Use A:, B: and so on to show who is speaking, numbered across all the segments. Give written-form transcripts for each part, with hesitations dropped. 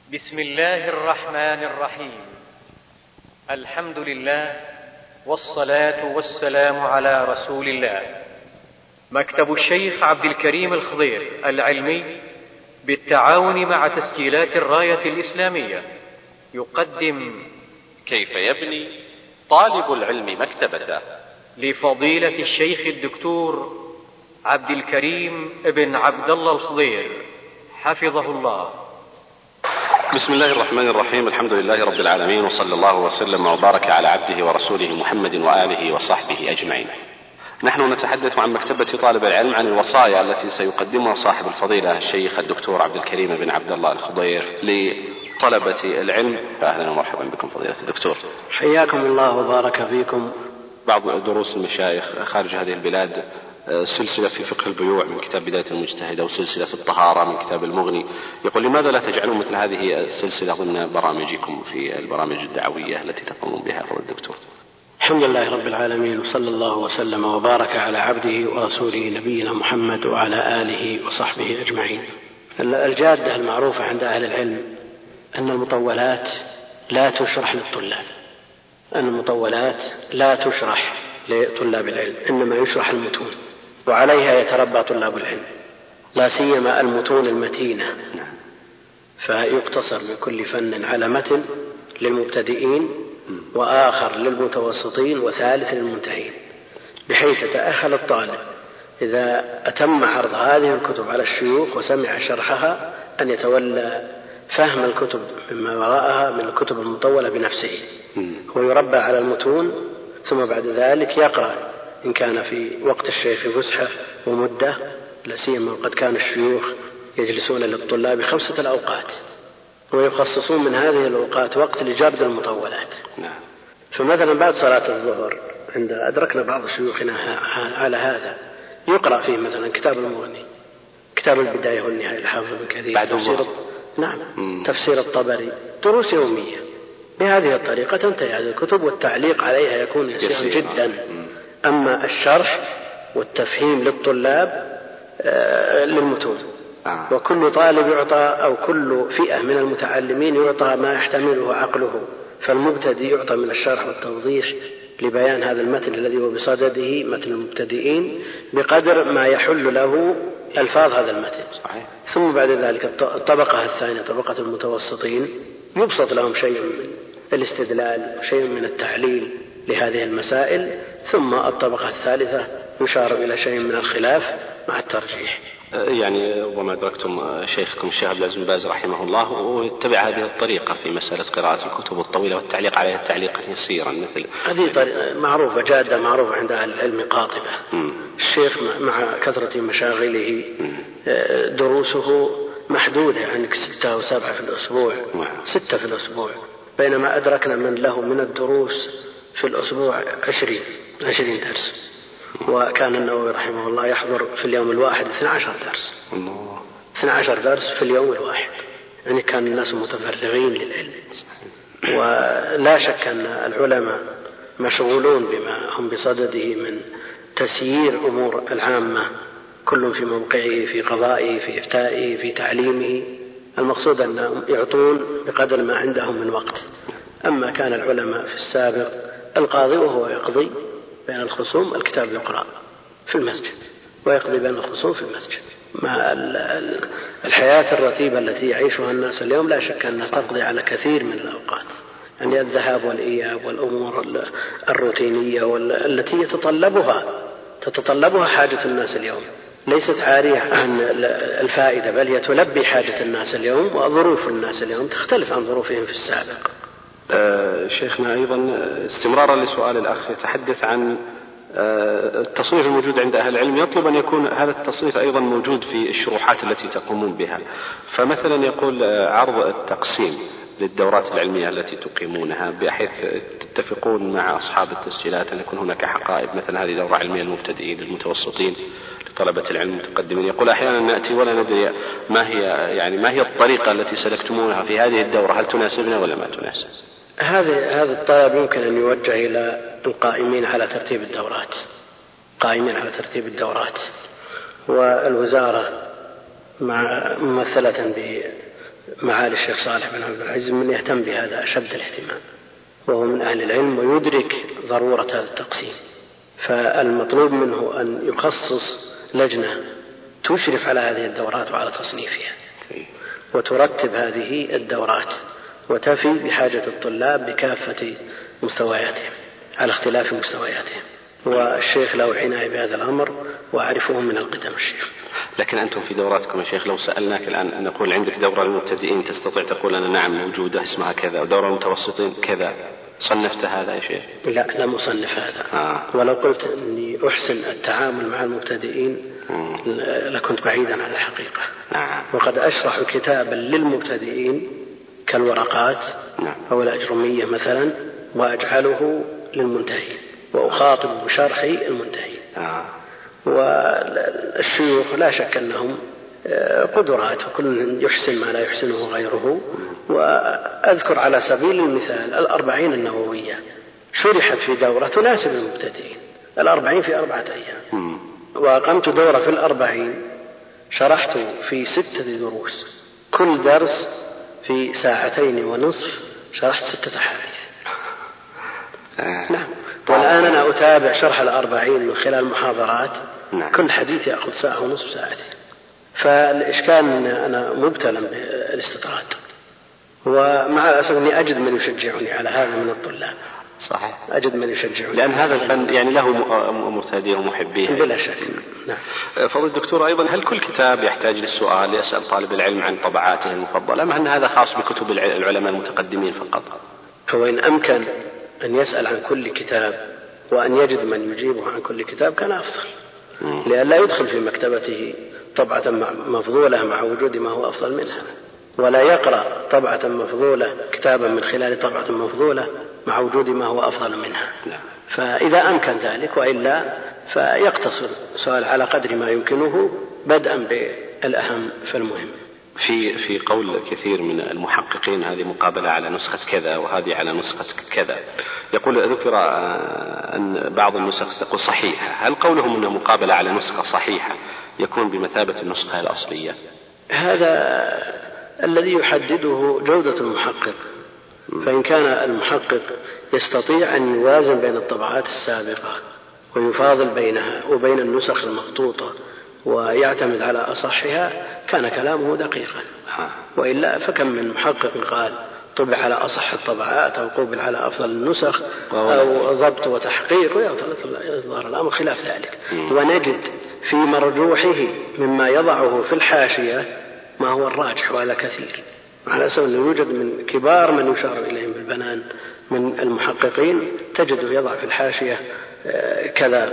A: بسم الله الرحمن الرحيم. الحمد لله والصلاة والسلام على رسول الله. مكتب الشيخ عبد الكريم الخضير العلمي بالتعاون مع تسجيلات الراية الإسلامية يقدم
B: كيف يبني طالب العلم مكتبته
A: لفضيلة الشيخ الدكتور عبد الكريم بن عبد الله الخضير حفظه الله.
B: بسم الله الرحمن الرحيم. الحمد لله رب العالمين، وصلى الله وسلم وبارك على عبده ورسوله محمد وآله وصحبه أجمعين. نحن نتحدث عن مكتبة طالب العلم، عن الوصايا التي سيقدمها صاحب الفضيلة الشيخ الدكتور عبد الكريم بن عبد الله الخضير لطلبة العلم. أهلا ومرحبا بكم فضيلة الدكتور.
C: حياكم الله وبارك فيكم.
B: بعض دروس المشايخ خارج هذه البلاد، سلسلة في فقه البيوع من كتاب بداية المجتهد، أو سلسلة في الطهارة من كتاب المغني. يقول لماذا لا تجعلون مثل هذه السلسلة ضمن برامجكم في البرامج الدعوية التي تقومون بها فضيلة الدكتور؟
C: الحمد لله رب العالمين، وصلى الله وسلم وبارك على عبده ورسوله نبينا محمد وعلى آله وصحبه أجمعين. الجادة المعروفة عند أهل العلم أن المطولات لا تشرح للطلاب، أن المطولات لا تشرح لطلاب العلم، إنما يشرح المتون، وعليها يتربى طلاب العلم، لا سيما المتون المتينة. فيقتصر من كل فن على متن للمبتدئين، وآخر للمتوسطين، وثالث للمنتهين، بحيث يتأهل الطالب إذا أتم عرض هذه الكتب على الشيوخ وسمع شرحها أن يتولى فهم الكتب مما وراءها من الكتب المطولة بنفسه، ويربى على المتون. ثم بعد ذلك يقرأ إن كان في وقت الشيخ فسحة ومدة، لا سيما قد كان الشيوخ يجلسون للطلاب 5 أوقات، ويخصصون من هذه الأوقات وقت لجرد المطولات. فمثلا بعد صلاة الظهر، عند أدركنا بعض شيوخنا على هذا، يقرأ فيه مثلا كتاب المغني، كتاب البداية والنهاية للحافظ ابن كثير، تفسير الطبري، دروس يومية. بهذه الطريقة تنتهي هذه الكتب، والتعليق عليها يكون يسيرا جدا. أما الشرح والتفهيم للطلاب للمتون، وكل طالب يعطى، أو كل فئة من المتعلمين يعطى ما يحتمله عقله. فالمبتدئ يعطى من الشرح والتوضيح لبيان هذا المتن الذي هو بصدده متن المبتدئين، بقدر ما يحل له ألفاظ هذا المتن. ثم بعد ذلك الطبقة الثانية، طبقة المتوسطين، يبسط لهم شيء من الاستدلال وشيء من التعليل لهذه المسائل. ثم الطبقة الثالثة يشار إلى شيء من الخلاف مع الترجيح.
B: يعني وما أدركتم شيخكم الشيخ عبد العزيز بن باز رحمه الله، واتبع هذه الطريقة في مسألة قراءة الكتب الطويلة والتعليق عليها تعليقا يسيرا، مثل
C: هذه طريقة معروفة، جادة معروفة عند أهل العلم قاطبة. الشيخ مع كثرة مشاغله دروسه محدودة، يعني 6 أو 7 في الأسبوع، 6 في الأسبوع، بينما أدركنا من له من الدروس في الأسبوع 20 درس. وكان النووي رحمه الله يحضر في اليوم الواحد 12 درس. 12 درس في اليوم الواحد، يعني كان الناس متفرغين للعلم. ولا شك أن العلماء مشغولون بما هم بصدده من تسيير أمور العامة، كل في موقعه، في قضائه، في إفتائه، في تعليمه. المقصود أنهم يعطون بقدر ما عندهم من وقت. أما كان العلماء في السابق، القاضي وهو يقضي بين الخصوم، الكتاب يقرأ في المسجد ويقضي بين الخصوم في المسجد. مع الحياة الرتيبة التي يعيشها الناس اليوم، لا شك أنها تقضي على كثير من الأوقات، يعني الذهاب والإياب والأمور الروتينية والتي تتطلبها حاجة الناس اليوم، ليست عارية عن الفائدة، بل هي تلبي حاجة الناس اليوم. وظروف الناس اليوم تختلف عن ظروفهم في السابق.
B: شيخنا أيضا استمرارا لسؤال الأخ، يتحدث عن التصنيف الموجود عند أهل العلم، يطلب أن يكون هذا التصنيف أيضا موجود في الشروحات التي تقومون بها. فمثلا يقول عرض التقسيم للدورات العلمية التي تقيمونها، بحيث تتفقون مع أصحاب التسجيلات أن يكون هناك حقائب، مثلا هذه دورة علمية للمبتدئين، للمتوسطين، لطلبة العلم المتقدمين. يقول أحيانا نأتي ولا ندري ما هي الطريقة التي سلكتمونها في هذه الدورة، هل تناسبنا ولا ما تناسب؟
C: هذا الطلب يمكن أن يوجه إلى القائمين على ترتيب الدورات، والوزارة ممثلة معالي الشيخ صالح بن عبد العزيز من يهتم بهذا أشد الاهتمام، وهو من أهل العلم ويدرك ضرورة هذا التقسيم. فالمطلوب منه أن يخصص لجنة تشرف على هذه الدورات وعلى تصنيفها وترتب هذه الدورات وتفي بحاجة الطلاب بكافة مستوياتهم على اختلاف مستوياتهم. والشيخ له عناية بهذا الأمر وأعرفه من القدم الشيخ.
B: لكن أنتم في دوراتكم يا شيخ لو سألناك الآن نقول عندك دورة للمبتدئين تستطيع تقول أنا نعم موجودة اسمها كذا، ودورة للمتوسطين كذا، صنفت هذا يا شيخ؟
C: لا لم أصنف هذا. ولو قلت أني أحسن التعامل مع المبتدئين لكنت بعيدا عن الحقيقة. وقد أشرح كتابا للمبتدئين كالورقات أو الأجرمية مثلا وأجعله للمنتهي وأخاطب بشرحي المنتهي. والشيوخ لا شك أنهم قدرات وكل يحسن ما لا يحسنه غيره. وأذكر على سبيل المثال 40 النووية شرحت في دورة تناسب المبتدئين 40 في 4 أيام، وأقمت دورة في 40 شرحت في 6 دروس، كل درس في 2.5 ساعة شرحت 6 أحاديث. نعم. والآن أنا أتابع شرح 40 من خلال محاضرات، كل حديث يأخذ 1.5 ساعة. فالإشكال أن أنا مبتلى بالاستطراد، ومع الأسف أني أجد من يشجعني على هذا من الطلاب.
B: صحيح،
C: أجد من يشجعني
B: لأن هذا الفن يعني له مرتديه ومحبيه
C: بلا شك. نعم.
B: فضل الدكتور أيضا هل كل كتاب يحتاج للسؤال يسأل طالب العلم عن طبعاته المفضلة، أم أن هذا خاص بكتب العلماء المتقدمين فقط؟
C: فوإن أمكن أن يسأل عن كل كتاب وأن يجد من يجيبه عن كل كتاب كان أفضل، لأن لا يدخل في مكتبته طبعة مفضولة مع وجود ما هو أفضل منها، ولا يقرأ طبعة مفضولة كتابا من خلال طبعة مفضولة مع وجود ما هو أفضل منها. فإذا أمكن ذلك، وإلا فيقتصر سؤال على قدر ما يمكنه بدءا بالأهم فالمهم.
B: في قول كثير من المحققين هذه مقابلة على نسخة كذا وهذه على نسخة كذا، يقول ذكر أن بعض النسخ تقول صحيحة، هل قولهم أنه مقابلة على نسخة صحيحة يكون بمثابة النسخة الأصلية؟
C: هذا الذي يحدده جودة المحقق. فإن كان المحقق يستطيع أن يوازن بين الطبعات السابقة ويفاضل بينها وبين النسخ المخطوطة ويعتمد على أصحها كان كلامه دقيقا، وإلا فكم من محقق قال طبع على أصح الطبعات أو قوبل على أفضل النسخ أو ضبط وتحقيق، ويظهر الأمر خلاف ذلك. ونجد في مرجوحه مما يضعه في الحاشية ما هو الراجح ولا كثير، على أساس أنه يوجد من كبار من يشار إليهم بالبنان من المحققين تجده يضع في الحاشية كذا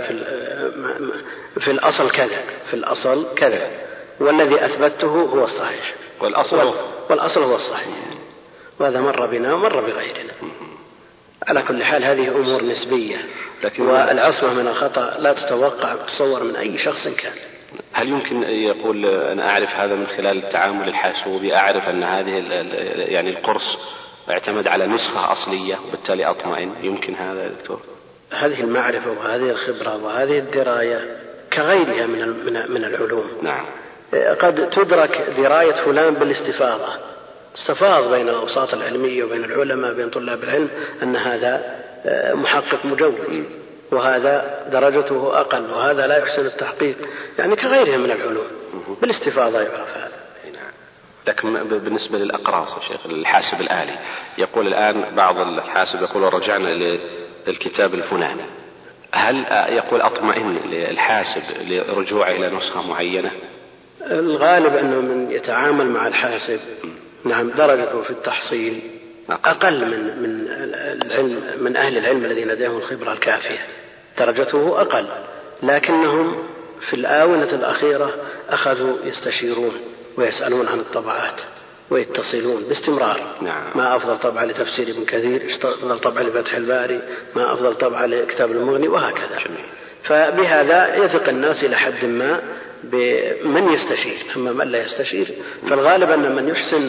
C: في الأصل كذا في الأصل كذا، والذي أثبته هو الصحيح والأصل هو الصحيح، وهذا مر بنا ومر بغيرنا. على كل حال هذه أمور نسبية، والعصمة من الخطأ لا تتصور من أي شخص كان.
B: هل يمكن يقول أنا أعرف هذا من خلال التعامل الحاسوبي، أعرف أن هذه يعني القرص اعتمد على نسخة أصلية وبالتالي أطمئن؟ يمكن هذا يا دكتور؟
C: هذه المعرفة وهذه الخبرة وهذه الدراية كغيرها من العلوم.
B: نعم.
C: قد تدرك دراية فلان بالاستفاضة، استفاض بين الأوساط العلمية وبين العلماء بين طلاب العلم أن هذا محقق مجود وهذا درجته أقل وهذا لا يحسن التحقيق، يعني كغيرها من العلوم بالاستفاضة يعرف هذا.
B: لكن بالنسبة للأقراص يا شيخ الحاسب الآلي، يقول الآن بعض الحاسب يقول رجعنا للكتاب الفلاني، هل يقول أطمئن للحاسب لرجوع إلى نسخة معينة؟
C: الغالب أنه من يتعامل مع الحاسب نعم درجته في التحصيل أقل من أهل العلم الذين لديهم الخبرة الكافية، درجته أقل، لكنهم في الآونة الأخيرة أخذوا يستشيرون ويسألون عن الطبعات ويتصلون باستمرار. ما أفضل طبعة لتفسير ابن كثير، أفضل طبعة لفتح الباري، ما أفضل طبعة لكتاب المغني، وهكذا. فبهذا يثق الناس إلى حد ما بمن يستشير. أما من لا يستشير فالغالب أن من يحسن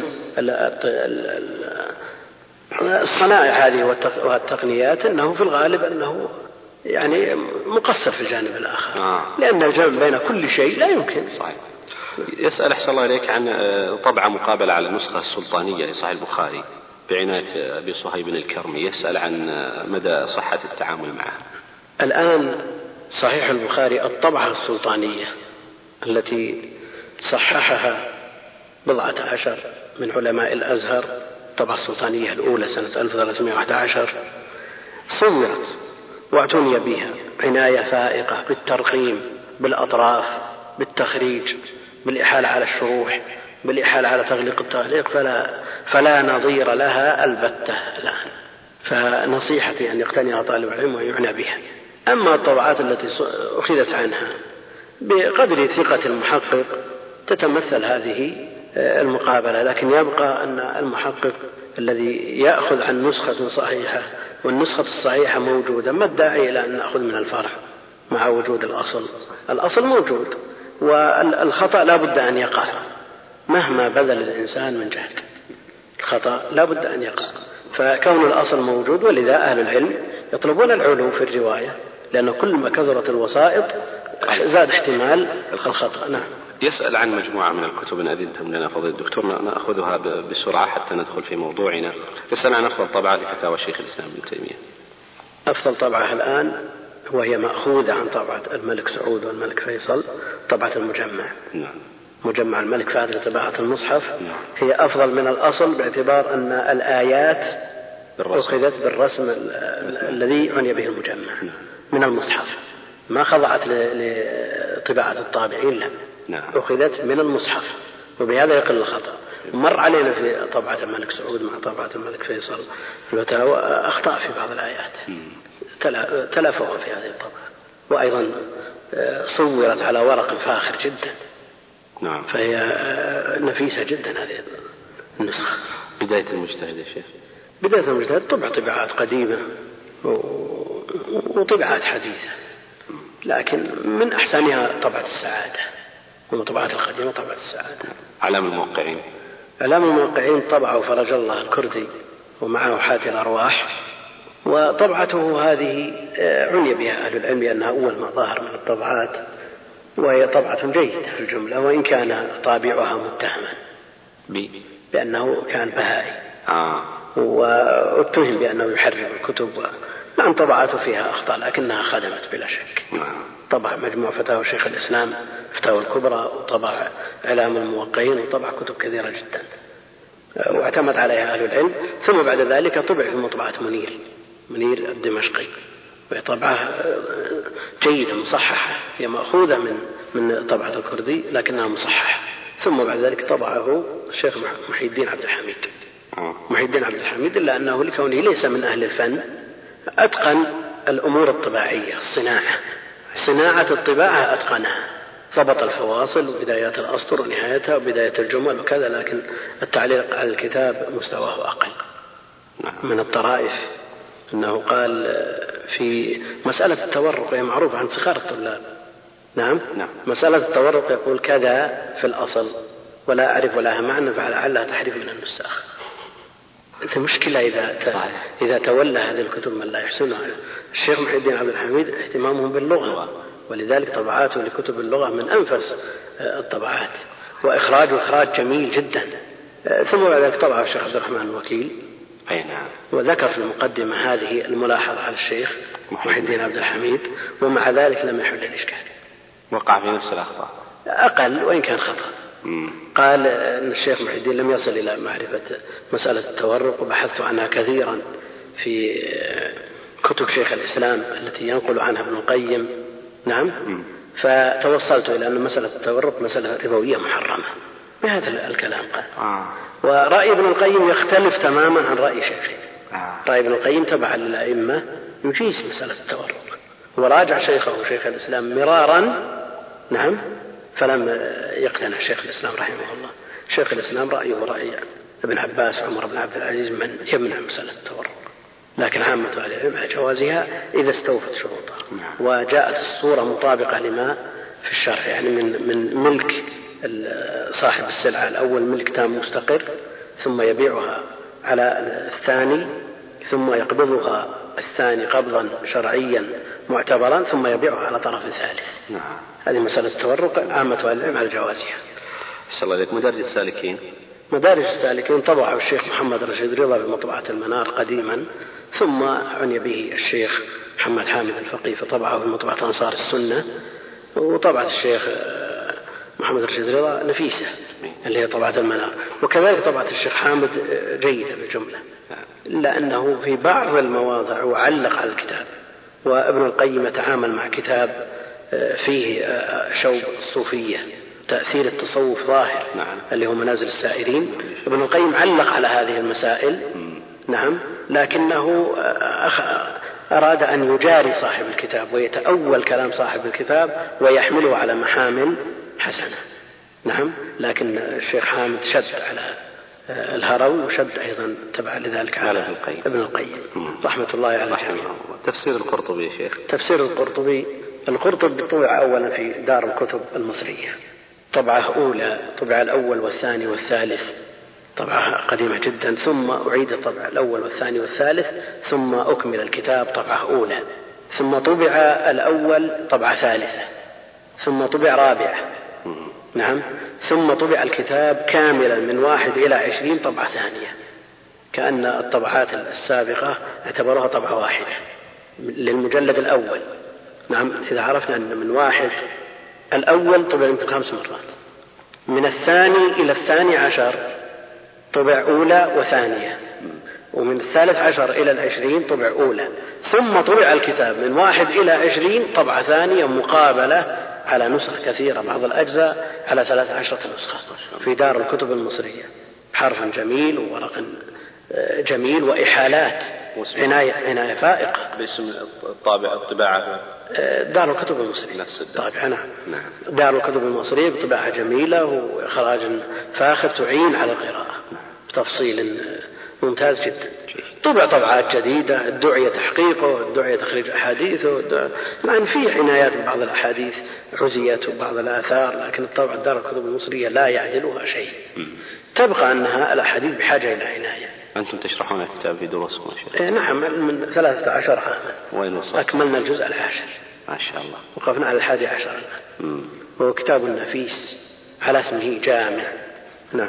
C: الصنائع هذه والتقنيات أنه في الغالب أنه يعني مقصر في الجانب الآخر، لأن الجمع بين كل شيء لا يمكن.
B: صحيح. يسأل أحسن الله إليك عن طبعة مقابلة على النسخة السلطانية لصحيح البخاري بعناية أبي صهيب الكرمي، يسأل عن مدى صحة التعامل معها.
C: الآن صحيح البخاري الطبعة السلطانية التي صححها 14 من علماء الأزهر، الطبعة السلطانية الأولى سنة 1311، صورت واعتني بها عناية فائقة بالترقيم، بالأطراف، بالتخريج، بالإحالة على الشروح، بالإحالة على تغليق التعليق، فلا نظير لها البتة الآن. فنصيحتي أن يقتنيها طالب العلم ويعنى بها. أما الطبعات التي أخذت عنها بقدر ثقة المحقق تتمثل هذه المقابلة، لكن يبقى أن المحقق الذي يأخذ عن نسخة صحيحة والنسخة الصحيحة موجودة، ما الداعي إلى أن نأخذ من الفرع مع وجود الأصل موجود، والخطأ لا بد أن يقع مهما بذل الإنسان من جهد، الخطأ لا بد أن يقع. فكون الأصل موجود، ولذا أهل العلم يطلبون العلو في الرواية، لأن كل ما كثرت الوسائط زاد احتمال الخطأ. نعم.
B: يسأل عن مجموعة من الكتب إن أذنتم لنا فضيلة الدكتور نأخذها بسرعة حتى ندخل في موضوعنا. يسأل عن أفضل طبعة لفتاوى شيخ الإسلام ابن تيمية.
C: أفضل طبعة الآن وهي مأخوذة عن طبعة الملك سعود والملك فيصل، طبعة المجمع.
B: نعم.
C: مجمع الملك فهد لطباعة المصحف. نعم. هي أفضل من الأصل باعتبار أن الآيات أخذت بالرسم الذي عني به المجمع. نعم. من المصحف، ما خضعت لطباعة الطابعين، لا. نعم. أخذت من المصحف، وبهذا يقل الخطأ. مر علينا في طبعة الملك سعود مع طبعة الملك فيصل الفتاوى أخطاء في بعض الآيات، تلافوا في هذه الطبعة، وأيضا صورت على ورق فاخر جدا.
B: نعم.
C: فهي نفيسة جدا هذه النسخة.
B: بداية المجتهد يا شيخ.
C: بداية المجتهد طبعات قديمة وطبعات حديثة، لكن من أحسنها طبعة السعادة، وطبعات القديمة طبعة السعادة.
B: علام الموقعين.
C: علام الموقعين طبعه فرج الله الكردي ومعه حاتي الأرواح، وطبعته هذه عني بها أهل العلم لأنها أول ما ظهر من الطبعات، وهي طبعة جيدة في الجملة، وإن كان طابعها متهما بأنه كان بهائي واتهم بأنه يحرف الكتب، نعم طبعته فيها أخطاء لكنها خدمت بلا شك. طبع مجموع فتاوى شيخ الإسلام فتاوى الكبرى، وطبع إعلام الموقعين، وطبع كتب كثيرة جدا واعتمد عليها أهل العلم. ثم بعد ذلك طبع في مطبعة منير الدمشقي، وطبعة جيدة مصححة، هي مأخوذة من طبعة الكردي لكنها مصححة. ثم بعد ذلك طبعه الشيخ محي الدين عبد الحميد، إلا أنه لكونه ليس من أهل الفن أتقن الأمور الطباعية، صناعة الطباعة أتقنها، ضبط الفواصل وبدايات الأسطر ونهايتها وبداية الجمل وكذا، لكن التعليق على الكتاب مستواه أقل. من الطرائف أنه قال في مسألة التورق، هي معروفة عن صغار الطلاب. نعم. مسألة التورق يقول كذا في الأصل ولا أعرف لها معنى فلعلها تحريف من النساخ. المشكلة إذا تولى هذه الكتب من لا يحسنها. الشيخ محي الدين عبد الحميد اهتمامهم باللغة، ولذلك طبعاته لكتب اللغة من أنفس الطبعات، وإخراجه إخراج جميل جدا. ثم بعد ذلك طبعه الشيخ عبد الرحمن الوكيل، وذكر في المقدمة هذه الملاحظة على الشيخ محي الدين عبد الحميد، ومع ذلك لم يحل الإشكال،
B: وقع في نفس الأخطاء
C: أقل وإن كان خطأ. قال أن الشيخ محي الدين لم يصل إلى معرفة مسألة التورق، وبحثت عنها كثيرا في كتب شيخ الإسلام التي ينقل عنها ابن القيم. نعم. فتوصلت إلى أن مسألة التورق مسألة ربوية محرمة بهذا الكلام. قال ورأي ابن القيم يختلف تماما عن رأي شيخه. رأي ابن القيم تبع للأئمة يجيز مسألة التورق، وراجع شيخه شيخ الإسلام مرارا. نعم. فلم يقتنع شيخ الإسلام رحمه الله. شيخ الإسلام رأيه رأي ابن عباس وعمر بن عبد العزيز من يمنع مسألة التورق، لكن عامة أهل العلم على جوازها إذا استوفت شروطها وجاءت الصورة مطابقة لما في الشرع، يعني من ملك صاحب السلعة الأول ملك تام مستقر، ثم يبيعها على الثاني، ثم يقبضها الثاني قبضا شرعيا معتبرا، ثم يبيعها على طرف ثالث. هذه مسألة التورق عامة أهل العلم على جوازها.
B: أحسن الله إليك. مدارج السالكين.
C: مدارج السالكين طبعه الشيخ محمد رشيد رضا بمطبعة المنار قديما، ثم عني به الشيخ محمد حامد الفقيه فطبعه بمطبعة أنصار السنة، وطبعة الشيخ محمد رشيد رضا نفيسة اللي هي طبعة المنار، وكذلك طبعة الشيخ حامد جيدة بالجملة، إلا أنه في بعض المواضع وعلق على الكتاب. وابن القيم تعامل مع كتاب فيه شوب الصوفية، تأثير التصوف ظاهر، اللي هو منازل السائرين. ابن القيم علق على هذه المسائل، نعم، لكنه أراد أن يجاري صاحب الكتاب ويتأول كلام صاحب الكتاب ويحمله على محامل حسنة، نعم. لكن الشيخ حامد شد على الهروي وشد أيضا تبع لذلك على ابن القيم رحمة الله على الجميع.
B: تفسير القرطبي يا شيخ.
C: تفسير القرطبي طبع أولا في دار الكتب المصرية، طبعة أولى، طبع الأول والثاني والثالث، طبعة قديمة جدا، ثم أعيد طبع الأول والثاني والثالث، ثم أكمل الكتاب طبعة أولى، ثم طبع الأول طبعة ثالثة، ثم طبع رابعة، نعم، ثم طبع الكتاب كاملا من 1 إلى 20 طبعة ثانية، كأن الطبعات السابقة اعتبروها طبعة واحدة للمجلد الأول، نعم. إذا عرفنا أن من 1 الأول طبع يمكن 5 مرات، من الثاني إلى 12 طبع أولى وثانية، ومن 13 إلى 20 طبع أولى، ثم طبع الكتاب من 1 إلى 20 طبعة ثانية مقابلة على نسخ كثيرة، بعض الأجزاء على 13 نسخة في دار الكتب المصرية، حرف جميل وورق جميل وإحالات عناية فائقة.
B: باسم الطباعة
C: دار الكتب المصرية طابعة، نعم. دار الكتب المصرية بطباعة جميلة وإخراج فاخر تعين على القراءة بتفصيل ممتاز جدا. طبع طبعات جديدة، الدعية تحقيقه، الدعية تخريج أحاديثه، يعني فيه عنايات ببعض الأحاديث عزيت وبعض الآثار، لكن الطبع دار الكتب المصرية لا يعدلها شيء. تبقى أنها الأحاديث بحاجة إلى عناية.
B: أنتم تشرحون الكتاب في دروسكم يا شيخ؟
C: نعم، من 13 عاما.
B: وين وصلت؟
C: أكملنا الجزء 10
B: ما شاء الله،
C: وقفنا على 11 الآن. وهو كتاب نفيس على اسمه جامع، نعم.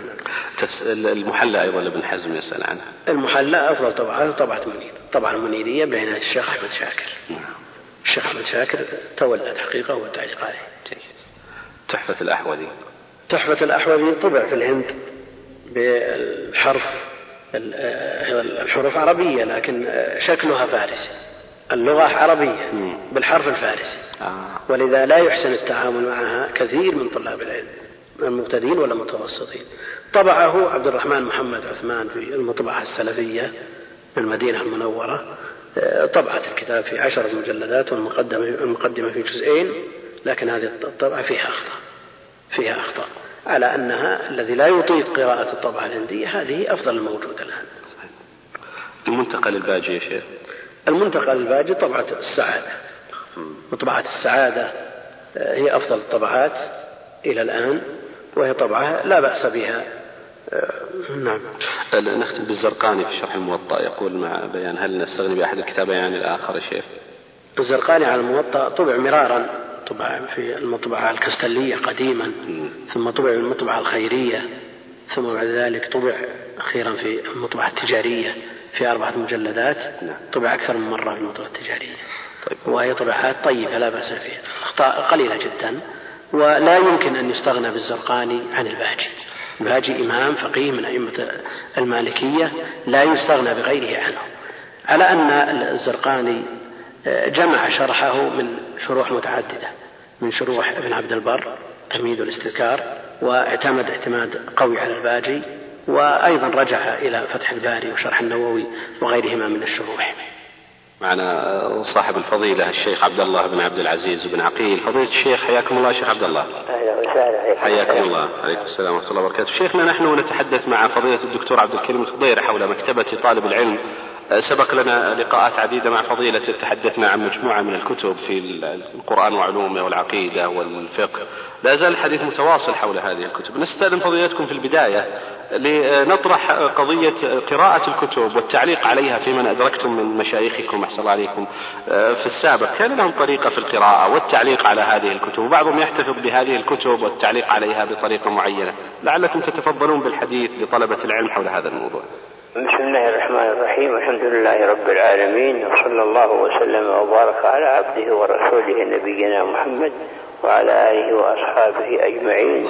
B: المحلى أيضا لابن حزم يسأل عنه.
C: المحلى أفضل طبعة منير، طبعا المنيرية بعناية الشيخ أحمد شاكر. الشيخ أحمد شاكر تولى تحقيقه والتعليق عليه.
B: تحفة الأحوذي. تحفة
C: الأحوذي طبع في الهند بالحرف، الحروف عربية لكن شكلها فارسي، اللغة عربية بالحرف الفارسي، ولذا لا يحسن التعامل معها كثير من طلاب العلم المبتدئين ولا المتوسطين. طبعه عبد الرحمن محمد عثمان في المطبعة السلفية في المدينة المنورة، طبعت الكتاب في 10 مجلدات والمقدمة في جزئين، لكن هذه الطبعة فيها أخطاء على أنها الذي لا يطيق قراءة الطبعة الهندية هذه أفضل الموجود الآن.
B: المنتقى للباجي يا شيخ.
C: المنتقى للباجي طبعة السعادة، مطبعة السعادة هي أفضل الطبعات إلى الآن، وهي طبعة لا بأس بها، نعم.
B: نختم بالزرقاني في شرح الموطأ، يقول مع بيان هل نستغني بأحد الكتابين عن الآخر يا شيخ؟
C: الزرقاني على الموطأ طبع مرارا، طبع في المطبعة الكستلية قديما، ثم طبع في المطبعة الخيرية، ثم بعد ذلك طبع أخيرا في المطبعة التجارية في 4 مجلدات، طبع أكثر من مرة في المطبعة التجارية. وهي طبعات طيبة لا بأس فيها، أخطاء قليلة جدا، ولا يمكن أن يستغنى بالزرقاني عن الباجي. الباجي إمام فقيه من أئمة المالكية لا يستغنى بغيره عنه، على أن الزرقاني جمع شرحه من شروح متعددة، من شروح ابن عبد البر تمهيد الاستذكار، واعتمد اعتماد قوي على الباجي، وأيضا رجع إلى فتح الباري وشرح النووي وغيرهما من الشروح.
B: معنا صاحب الفضيلة الشيخ عبد الله بن عبد العزيز بن عقيل. فضيلة الشيخ حياكم الله. شيخ عبد الله حياكم الله. عليكم السلام ورحمة الله وبركاته. شيخنا نحن نتحدث مع فضيلة الدكتور عبد الكريم الخضير حول مكتبة طالب العلم. سبق لنا لقاءات عديدة مع فضيلة تحدثنا عن مجموعة من الكتب في القرآن وعلومه والعقيدة والفقه، لا زال الحديث متواصل حول هذه الكتب. نستأذن فضيلتكم في البداية لنطرح قضية قراءة الكتب والتعليق عليها في من أدركتم من مشايخكم أحسن عليكم في السابق، كان لهم طريقة في القراءة والتعليق على هذه الكتب، وبعضهم يحتفظ بهذه الكتب والتعليق عليها بطريقة معينة. لعلكم تتفضلون بالحديث لطلبة العلم حول هذا الموضوع.
D: بسم الله الرحمن الرحيم، الحمد لله رب العالمين، وصلى الله وسلم وبارك على عبده ورسوله نبينا محمد وعلى آله وأصحابه أجمعين.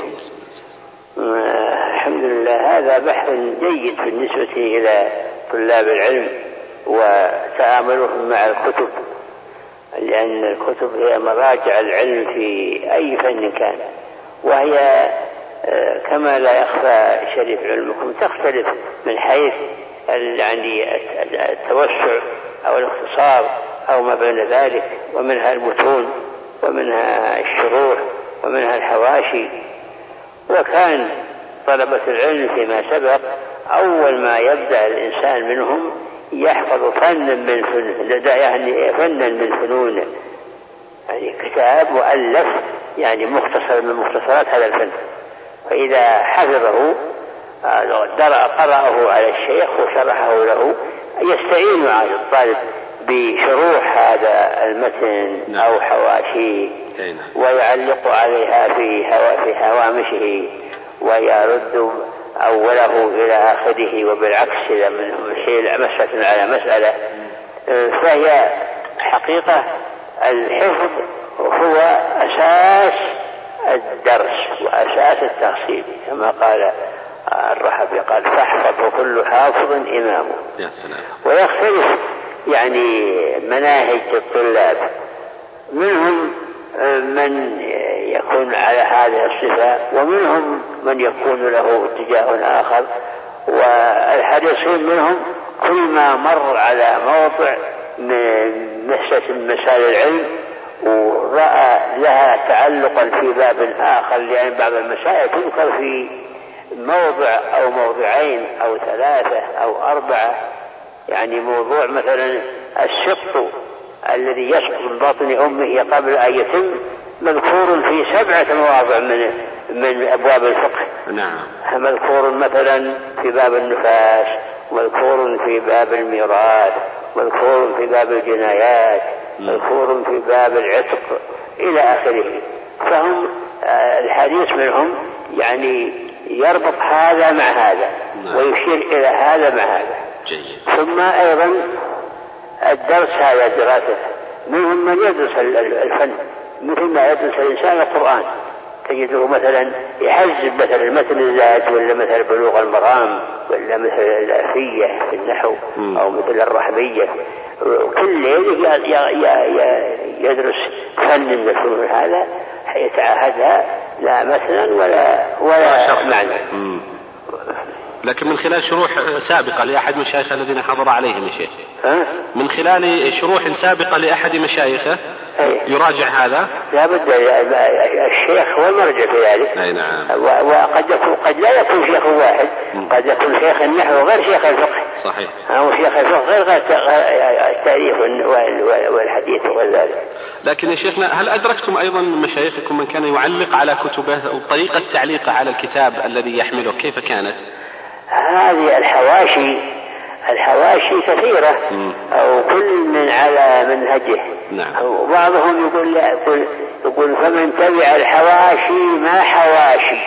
D: الحمد لله، هذا بحث جيد بالنسبة إلى طلاب العلم وتعاملهم مع الكتب، لأن الكتب هي مراجع العلم في أي فن كان، وهي كما لا يخفى شريف علمكم تختلف من حيث يعني التوسع أو الاختصار أو ما بين ذلك، ومنها المتون ومنها الشروح ومنها الحواشي. وكان طلبة العلم فيما سبق أول ما يبدأ الإنسان منهم يحفظ فنا من فنون، يعني كتاب مؤلف يعني مختصر من مختصرات هذا الفن، فإذا حفظه قرأه على الشيخ وشرحه له يستعين على الطالب بشروح هذا المتن أو حواشيه، ويعلق عليها في هوامشه ويرد أوله إلى آخره، وبالعكس إذا مسألة على مسألة. فهي حقيقة الحفظ هو أساس الدرس وأساس التحصيل، كما قال الرحبي قال فاحفظ وكل حافظ إمامه.
B: يا سلام.
D: ويختلف يعني مناهج الطلاب، منهم من يكون على هذه الصفة ومنهم من يكون له اتجاه آخر، والحريصين منهم كل ما مر على موضع من مسائل العلم ورأى لها تعلقا في باب آخر، لأن بعض المسائل تذكر في موضع أو موضعين أو ثلاثة أو أربعة. يعني موضوع مثلا السقط الذي يسقط من بطن أمه قبل أن يتم مذكور في 7 مواضع من أبواب الفقه.
B: نعم.
D: مذكور مثلا في باب النفاس، مذكور في باب الميراث، مذكور في باب الجنايات، مذكور في باب العتق إلى آخره. فهم الحديث منهم يعني يربط هذا مع هذا ويشير إلى هذا مع هذا.
B: جيد.
D: ثم أيضا الدرس هذا دراسة، منهم من يدرس الفن مثل ما يدرس الإنسان القرآن، تجده مثلا يحزب مثلا مثل الذات ولا مثل بلوغ المرام ولا مثل الألفية في النحو أو مثل الرحبية، كل يدرس فن من الفنون هذا يتعاهدها لا مثلا ولا معنى.
B: لكن من خلال شروح سابقة لأحد مشايخه الذين حضر عليهم الشيخ، من خلال شروح سابقة لأحد مشايخه يراجع هذا.
D: لا بد الشيخ هو المرجع في ذلك.
B: أي نعم.
D: قد لا يكون شيخ واحد، قد يكون شيخ النحو غير شيخ الفقه.
B: صحيح.
D: أو شيخ الفقه غير التاريخ والحديث وذلك.
B: لكن يا شيخنا هل أدركتم أيضا من مشايخكم من كان يعلق على كتبه أو طريقة تعليقه على الكتاب الذي يحمله كيف كانت؟
D: هذه الحواشي كثيرة أو كل من على منهجه.
B: نعم.
D: وبعضهم يقول فمن تبع الحواشي ما حواشي.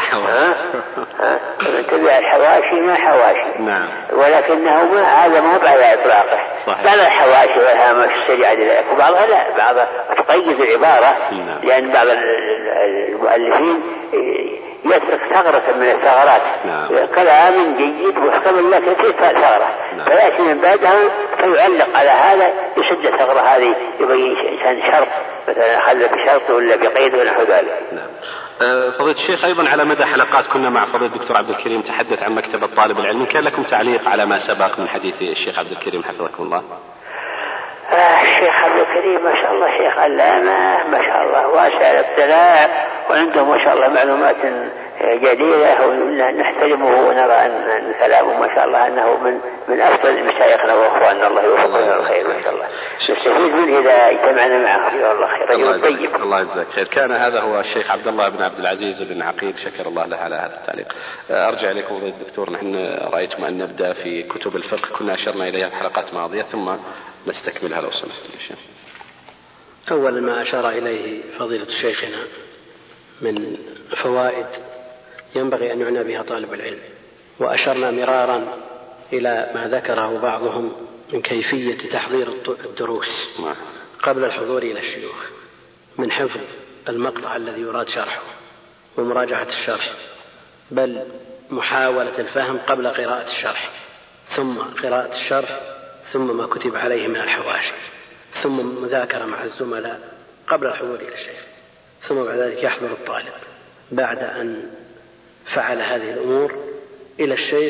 D: فمن تبع الحواشي ما حواشي.
B: نعم.
D: ولكنه هذا مو على إطلاقه. بعض الحواشي والهامش السريعة لذلك، وبعضها لا، بعضها تقيد العبارة.
B: نعم.
D: لأن بعض المؤلفين يترك ثغرة من الثغرات.
B: نعم.
D: كلام جيد محكم لكن فيه ثغرة.
B: نعم.
D: فيأتي من بعدها فيعلق على هذا يسد الثغرة هذه، يبين إنسان شرط مثلا خلى بشرط ولا بقيد ونحو ذلك.
B: نعم. فضيلة الشيخ أيضا على مدى حلقات كنا مع فضيلة الدكتور عبد الكريم تحدث عن مكتبة طالب العلم، كان لكم تعليق على ما سبق من حديث الشيخ عبد الكريم حفظكم الله؟
D: الشيخ عبد الكريم ما شاء الله شيخ علامة ما شاء الله، واسع الاطلاع، وعنده ما شاء الله معلومات جديدة ونحترمه ونرى أن كلامه ما شاء الله أنه من أفضل مشايخنا وأخواننا، الله يوفقنا الخير ما شاء الله. نستفيد منه إذا اجتمعنا معه، جزاه الله خير، رجل طيب.
B: الله يجزاك خير. كان هذا هو الشيخ عبد الله بن عبد العزيز بن عقيل، شكر الله له على هذا التعليق. أرجع إليكم الدكتور، نحن رأيتم أن نبدأ في كتب الفقه، كنا أشرنا إليها في حلقات ماضية، ثم نستكملها لو سمحت.
C: أولا ما أشار إليه فضيلة شيخنا من فوائد ينبغي أن يعنى بها طالب العلم، وأشرنا مرارا إلى ما ذكره بعضهم من كيفية تحضير الدروس قبل الحضور إلى الشيوخ، من حفظ المقطع الذي يراد شرحه ومراجعة الشرح، بل محاولة الفهم قبل قراءة الشرح، ثم قراءة الشرح، ثم ما كتب عليه من الحواشي، ثم مذاكرة مع الزملاء قبل الحضور إلى الشيخ، ثم بعد ذلك يحضر الطالب بعد أن فعل هذه الأمور إلى الشيخ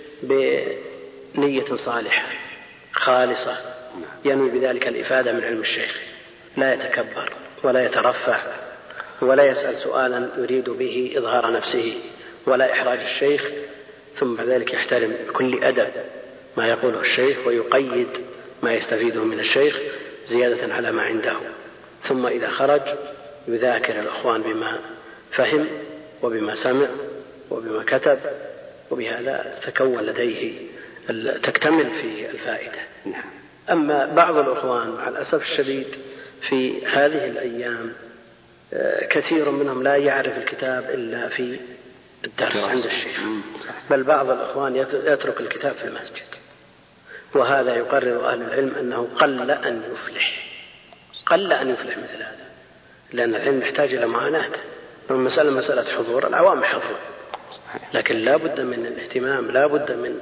C: بنية صالحة خالصة ينوي بذلك الإفادة من علم الشيخ، لا يتكبر ولا يترفع ولا يسأل سؤالا يريد به إظهار نفسه ولا إحراج الشيخ، ثم بعد ذلك يحترم بكل أدب ما يقوله الشيخ ويقيد ما يستفيده من الشيخ زيادة على ما عنده، ثم إذا خرج يذاكر الأخوان بما فهم وبما سمع وبما كتب، وبهذا تكون لديه تكتمل في الفائدة. أما بعض الأخوان مع الأسف الشديد في هذه الأيام كثير منهم لا يعرف الكتاب إلا في الدرس عند الشيخ، بل بعض الأخوان يترك الكتاب في المسجد، وهذا يقرر أهل العلم أنه قل أن يفلح مثل هذا، لأن العلم يحتاج إلى معاناة. المسألة مسألة حضور، العوام يحضرون، لكن لا بد من الاهتمام، لا بد من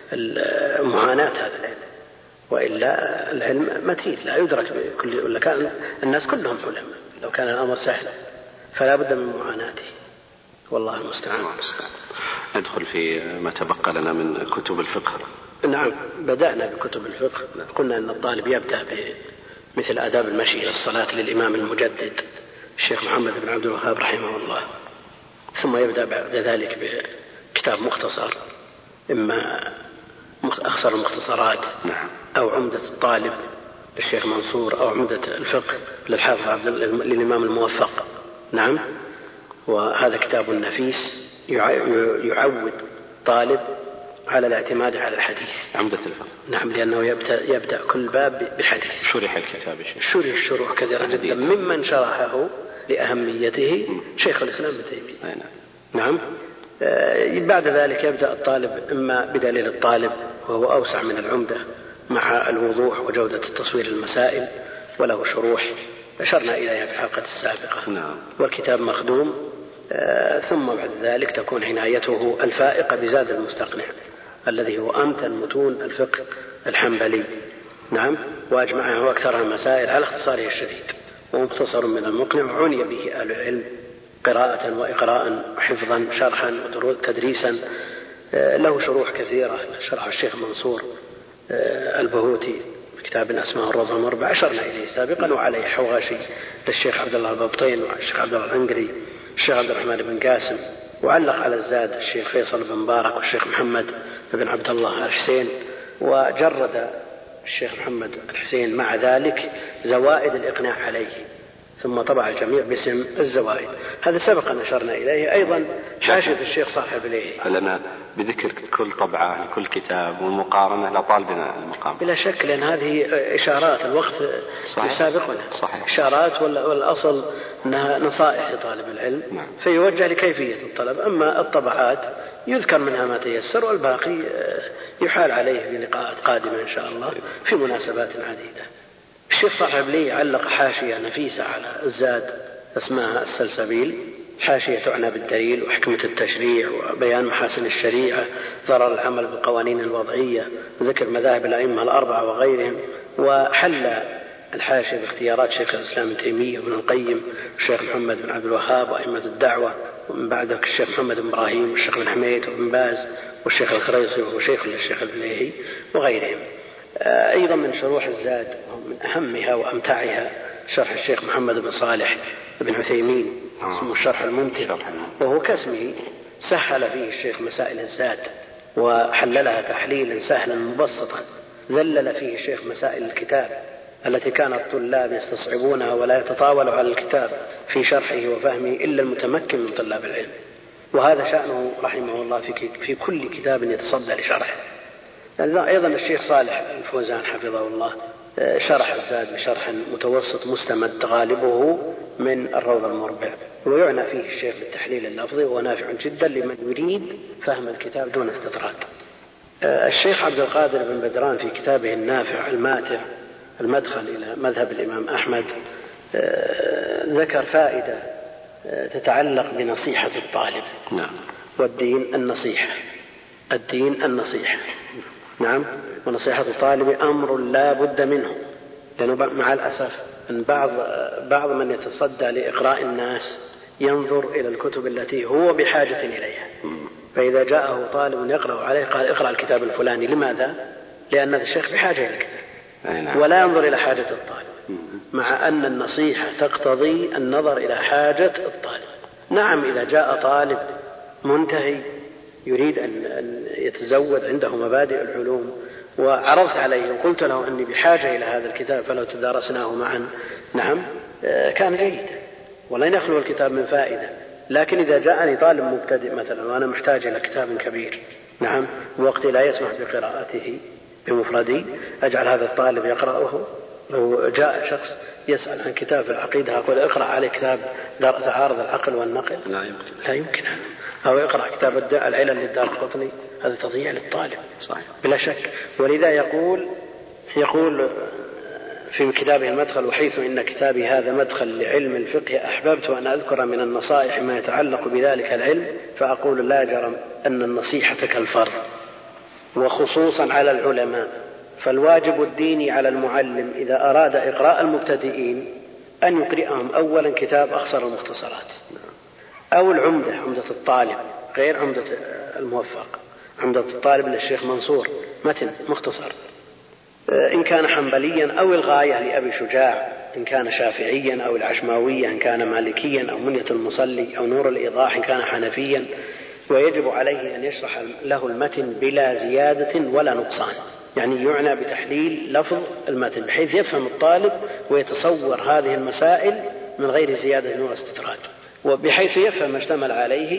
C: معاناة هذا العلم، وإلا العلم متين لا يدرك بكل، ولا كان الناس كلهم علماء لو كان الأمر سهلا، فلا بد من معاناته، والله المستعان.
B: ندخل في ما تبقى لنا من كتب الفقه.
C: نعم، بدأنا بكتب الفقه، قلنا أن الطالب يبدأ بمثل آداب المشي إلى الصلاة للإمام المجدد الشيخ محمد بن عبد الوهاب رحمه الله، ثم يبدأ بعد ذلك بكتاب مختصر، إما أخصر المختصرات أو عمدة الطالب للشيخ منصور، أو عمدة الفقه للحافظ للإمام الموفق. نعم، وهذا كتاب نفيس يعود طالب على الاعتماد على الحديث.
B: عمدة الفقه.
C: نعم، لأنه يبدأ كل باب بحديث.
B: شرح الكتاب
C: شرح شروح كثيرة جدا، ممن شرحه لأهميته شيخ الإسلام ابن تيمية. نعم. بعد ذلك يبدأ الطالب إما بدليل الطالب وهو أوسع من العمدة مع الوضوح وجودة التصوير المسائل، وله شروح أشرنا إليها في الحلقة السابقة. والكتاب مخدوم. ثم بعد ذلك تكون عنايته الفائقة بزاد المستقنع الذي هو أمتن متون الفقه الحنبلي. نعم، وأجمعها وأكثرها المسائل على اختصاره الشديد، ومختصر من المقنع، وعني به أهل العلم قراءة وإقراء وحفظا شرحا وتدريسا. له شروح كثيرة، شرح الشيخ منصور البهوتي كتاب اسمه الروضة المربع أشرنا إليه سابقا، وعليه حواشي للشيخ عبد الله البابطين والشيخ عبد الله العنقري الشيخ عبد الرحمن بن قاسم، وعلق على الزاد الشيخ فيصل بن مبارك والشيخ محمد بن عبد الله الحسين، وجرد الشيخ محمد الحسين مع ذلك زوائد الإقناع عليه، ثم طبع الجميع باسم الزوائد. هذا سبق أن أشرنا إليه. أيضا حاشية الشيخ صاحب إليه
B: لنا بذكر كل طبعة لكل كتاب والمقارنة لطالبنا المقام
C: بلا شك، لأن هذه إشارات الوقت يسابقنا، إشارات، والأصل أنها نصائح لطالب العلم. فيوجه لكيفية الطلب. أما الطبعات يذكر منها ما تيسر، والباقي يحال عليه في لقاءات قادمة إن شاء الله في مناسبات عديدة. الشيخ صاحب لي علق حاشية نفيسة على الزاد اسمها السلسبيل، حاشية تعنى بالدليل وحكمة التشريع وبيان محاسن الشريعة، ضرر العمل بالقوانين الوضعية، وذكر مذاهب الأئمة الأربعة وغيرهم. وحل الحاشية باختيارات شيخ الإسلام ابن تيمية وابن القيم والشيخ محمد بن عبد الوهاب وأئمة الدعوة، ومن بعدك الشيخ محمد بن إبراهيم والشيخ بن حميد وابن باز والشيخ الخريصي وهو شيخ للشيخ البليهي وغيرهم. أيضا من شروح الزاد من أهمها وأمتعها شرح الشيخ محمد بن صالح بن عثيمين اسمه الشرح الممتع، وهو كاسمه سهل فيه الشيخ مسائل الزاد وحللها تحليلا سهلا مبسطا، ذلل فيه الشيخ مسائل الكتاب التي كان الطلاب يستصعبونها ولا يتطاول على الكتاب في شرحه وفهمه إلا المتمكن من طلاب العلم، وهذا شأنه رحمه الله في كل كتاب يتصدى لشرحه. أيضا الشيخ صالح الفوزان حفظه الله شرح الزاد بشرح متوسط مستمد غالبه من الروض المربع، ويعنى فيه الشيخ بالتحليل اللفظي وهو نافع جدا لمن يريد فهم الكتاب دون استطراد. الشيخ عبد القادر بن بدران في كتابه النافع الماتع المدخل إلى مذهب الإمام أحمد ذكر فائدة تتعلق بنصيحة الطالب.
B: نعم.
C: والدين النصيحة، الدين النصيحة. نعم. ونصيحة الطالب أمر لا بد منه، لأنه مع الأسف أن بعض من يتصدى لإقراء الناس ينظر إلى الكتب التي هو بحاجة إليها، فإذا جاءه طالب يقرأ عليه قال اقرأ الكتاب الفلاني. لماذا؟ لأن الشيخ بحاجة إلى الكتاب ولا ينظر إلى حاجة الطالب، مع أن النصيحة تقتضي النظر إلى حاجة الطالب. نعم، إذا جاء طالب منتهي يريد أن يتزود عنده مبادئ العلوم وعرضت عليه وقلت له أني بحاجة إلى هذا الكتاب فلو تدارسناه معا، نعم كان جيدا ولن يخلو الكتاب من فائدة. لكن إذا جاءني طالب مبتدئ مثلا وأنا محتاج إلى كتاب كبير، نعم، وقتي لا يسمح بقراءته بمفردي، أجعل هذا الطالب يقرأه. لو جاء شخص يسأل عن كتاب في العقيدة أقول اقرأ عليه كتاب تعارض العقل والنقل، لا يمكن هذا. أو اقرأ كتاب العلل للدارقطني، هذا تضييع للطالب صحيح بلا شك. ولذا يقول في كتابه المدخل: وحيث إن كتابي هذا مدخل لعلم الفقه أحببت أن أذكر من النصائح ما يتعلق بذلك العلم، فأقول لا جرم أن النصيحة كالفرض وخصوصا على العلماء، فالواجب الديني على المعلم إذا أراد إقراء المبتدئين أن يقرئهم أولا كتاب أخصر المختصرات أو العمدة، عمدة الطالب غير عمدة الموفق، عمدة الطالب للشيخ منصور متن مختصر، إن كان حنبليا، أو الغاية لأبي شجاع إن كان شافعيا، أو العشماوية إن كان مالكيا، أو منية المصلي، أو نور الإيضاح إن كان حنفيا. ويجب عليه أن يشرح له المتن بلا زيادة ولا نقصان، يعني يعنى بتحليل لفظ المتن بحيث يفهم الطالب ويتصور هذه المسائل من غير زيادة ولا استطراد، وبحيث يفهم ما اشتمل عليه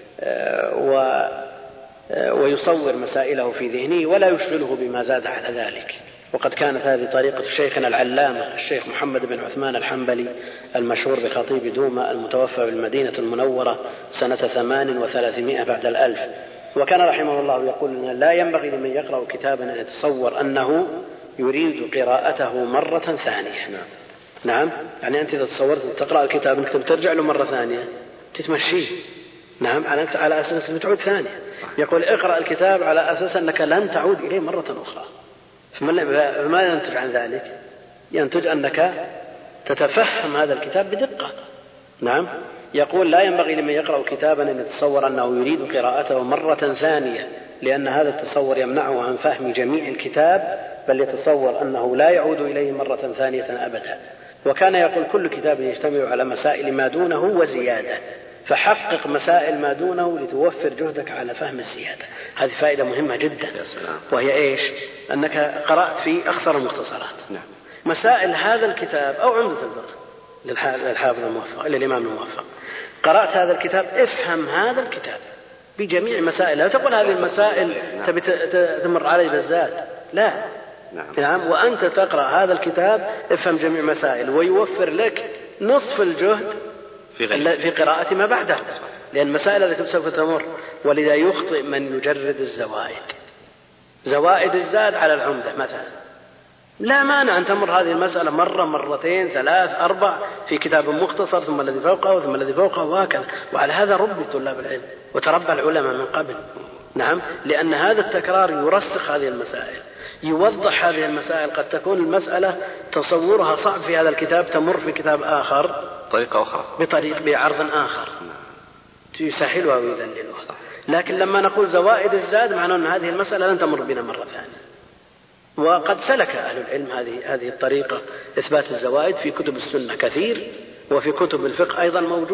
C: ويصور مسائله في ذهنه ولا يشغله بما زاد على ذلك. وقد كانت هذه طريقة شيخنا العلامة الشيخ محمد بن عثمان الحنبلي المشهور بخطيب دوما المتوفى بالمدينة المنورة سنة 38 بعد الألف. وكان رحمه الله يقول أن لا ينبغي لمن يقرأ كتابا أن يتصور أنه يريد قراءته مرة ثانية. نعم، يعني أنت إذا تصورت تقرأ الكتاب أنك ترجع له مرة ثانية تتمشيه، نعم، على أساس بتعود ثانية. يقول اقرأ الكتاب على أساس أنك لن تعود إليه مرة أخرى. فما ينتج عن ذلك؟ ينتج أنك تتفهم هذا الكتاب بدقة. نعم، يقول لا ينبغي لمن يقرأ كتابا أن يتصور أنه يريد قراءته مرة ثانية، لأن هذا التصور يمنعه عن فهم جميع الكتاب، بل يتصور أنه لا يعود إليه مرة ثانية أبدا. وكان يقول كل كتاب يجتمع على مسائل ما دونه وزيادة، فحقق مسائل ما دونه لتوفر جهدك على فهم الزيادة. هذه فائدة مهمة جدا، وهي إيش؟ أنك قرأت في أخصر المختصرات مسائل هذا الكتاب أو عمدة الفقه للحافظ الموفق للإمام الموفق، قرأت هذا الكتاب افهم هذا الكتاب بجميع مسائل، لا تقول هذه المسائل تبي تمر علي بالذات، لا. نعم، وأنت تقرأ هذا الكتاب افهم جميع مسائل، ويوفر لك نصف الجهد في قراءة ما بعده، لأن المسائل التي سوف تمر. ولذا يخطئ من يجرد الزوائد، زوائد الزاد على العمدة مثلا، لا مانع أن تمر هذه المسألة مرة مرتين 3 4 في كتاب مختصر ثم الذي فوقه ثم الذي فوقه وهكذا. وعلى هذا ربي طلاب العلم وتربى العلماء من قبل. نعم، لأن هذا التكرار يرسخ هذه المسائل، يوضح هذه المسائل. قد تكون المسألة تصورها صعب في هذا الكتاب، تمر في كتاب آخر
B: طريقة أخرى
C: بعرض آخر يسهلها ويذللها. لكن لما نقول زوائد الزاد معناه أن هذه المسألة لن تمر بنا مرة ثانية. وقد سلك أهل العلم هذه الطريقة إثبات الزوائد في كتب السنة كثير، وفي كتب الفقه أيضا موجود.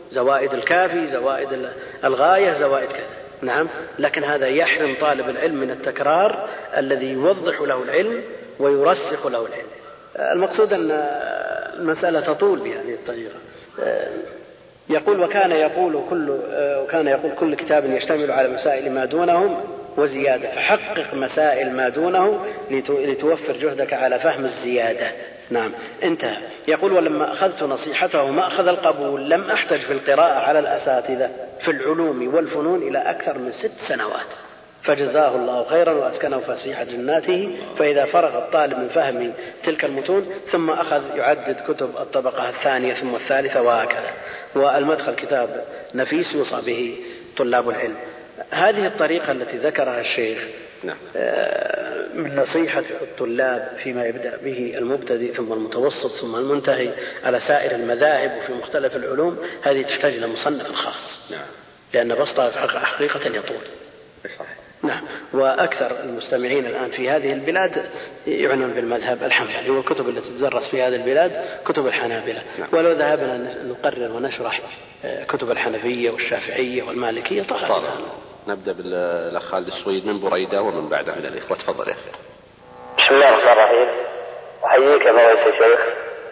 C: زوائد الكافي، زوائد الغاية، زوائد كذا. نعم، لكن هذا يحرم طالب العلم من التكرار الذي يوضح له العلم ويرسخ له العلم. المقصود أن المسألة تطول بهذه الطريقة. يقول وكان يقول كل كتاب يشتمل على مسائل ما دونه وزيادة، فحقق مسائل ما دونه لتوفر جهدك على فهم الزيادة. نعم، انتهى. يقول ولما أخذت نصيحته مأخذ القبول لم أحتج في القراءة على الأساتذة في العلوم والفنون إلى أكثر من 6 سنوات، فجزاه الله خيرا وأسكنه فسيح جناته. فإذا فرغ الطالب من فهم تلك المتون ثم أخذ يعدد كتب الطبقة الثانية ثم الثالثة وهكذا. والمدخل كتاب نفيس يوصى به طلاب العلم. هذه الطريقة التي ذكرها الشيخ من نصيحة الطلاب فيما يبدأ به المبتدئ ثم المتوسط ثم المنتهي على سائر المذاهب وفي مختلف العلوم، هذه تحتاج إلى مصنف خاص، لأن بسطها حقيقة يطول. نعم. وأكثر المستمعين الآن في هذه البلاد يعنون بالمذهب الحنبلي، والكتب التي تدرس في هذه البلاد كتب الحنابلة. ولو ذهبنا نقرر ونشرح كتب الحنفية والشافعية والمالكية طبعا.
B: نبدأ بالأخ خالد السويد من بريدة ومن بعده من الإخوة. تفضل يا أخي.
E: بسم الله الرحمن الرحيم. أحييك يا فضيلة الشيخ.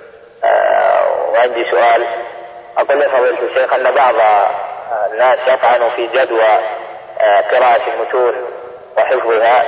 E: وعندي سؤال. أقول يا فضيلة الشيخ أن بعض الناس يطعن في جدوى قراءة المتون وحفظها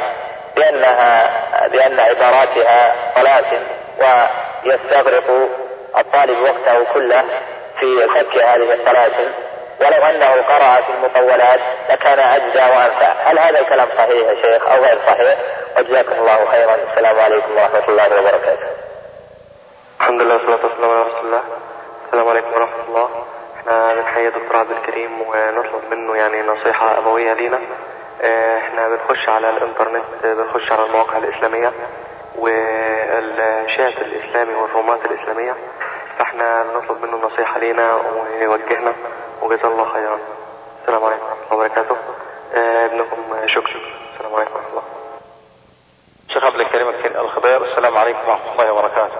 E: بأن عباراتها طلاسم، ويستغرق الطالب وقته كله في فك هذه الطلاسم، ولو أنه قرأ في المطولات لكان أجزى وأنفع. هل هذا الكلام صحيح يا شيخ أو غير صحيح؟ وجزاكم الله خيرا. السلام عليكم ورحمة الله وبركاته.
F: الحمد لله والصلاة والسلام على رسول الله. السلام عليكم ورحمة الله. احنا بنحيي دكتور عبد الكريم ونطلب منه يعني نصيحة أبوية لينا. احنا بنخش على الانترنت، بنخش على المواقع الإسلامية والشات الإسلامي والرومات الإسلامية، فاحنا بنطلب منه نصيحة لينا ويوجهنا وجزا الله خيرا. السلام عليكم ورحمة الله وبركاته. ابنكم شكرا. السلام عليكم ورحمة الله.
G: شيخ عبد الكريم الخضير. السلام عليكم ورحمة الله وبركاته.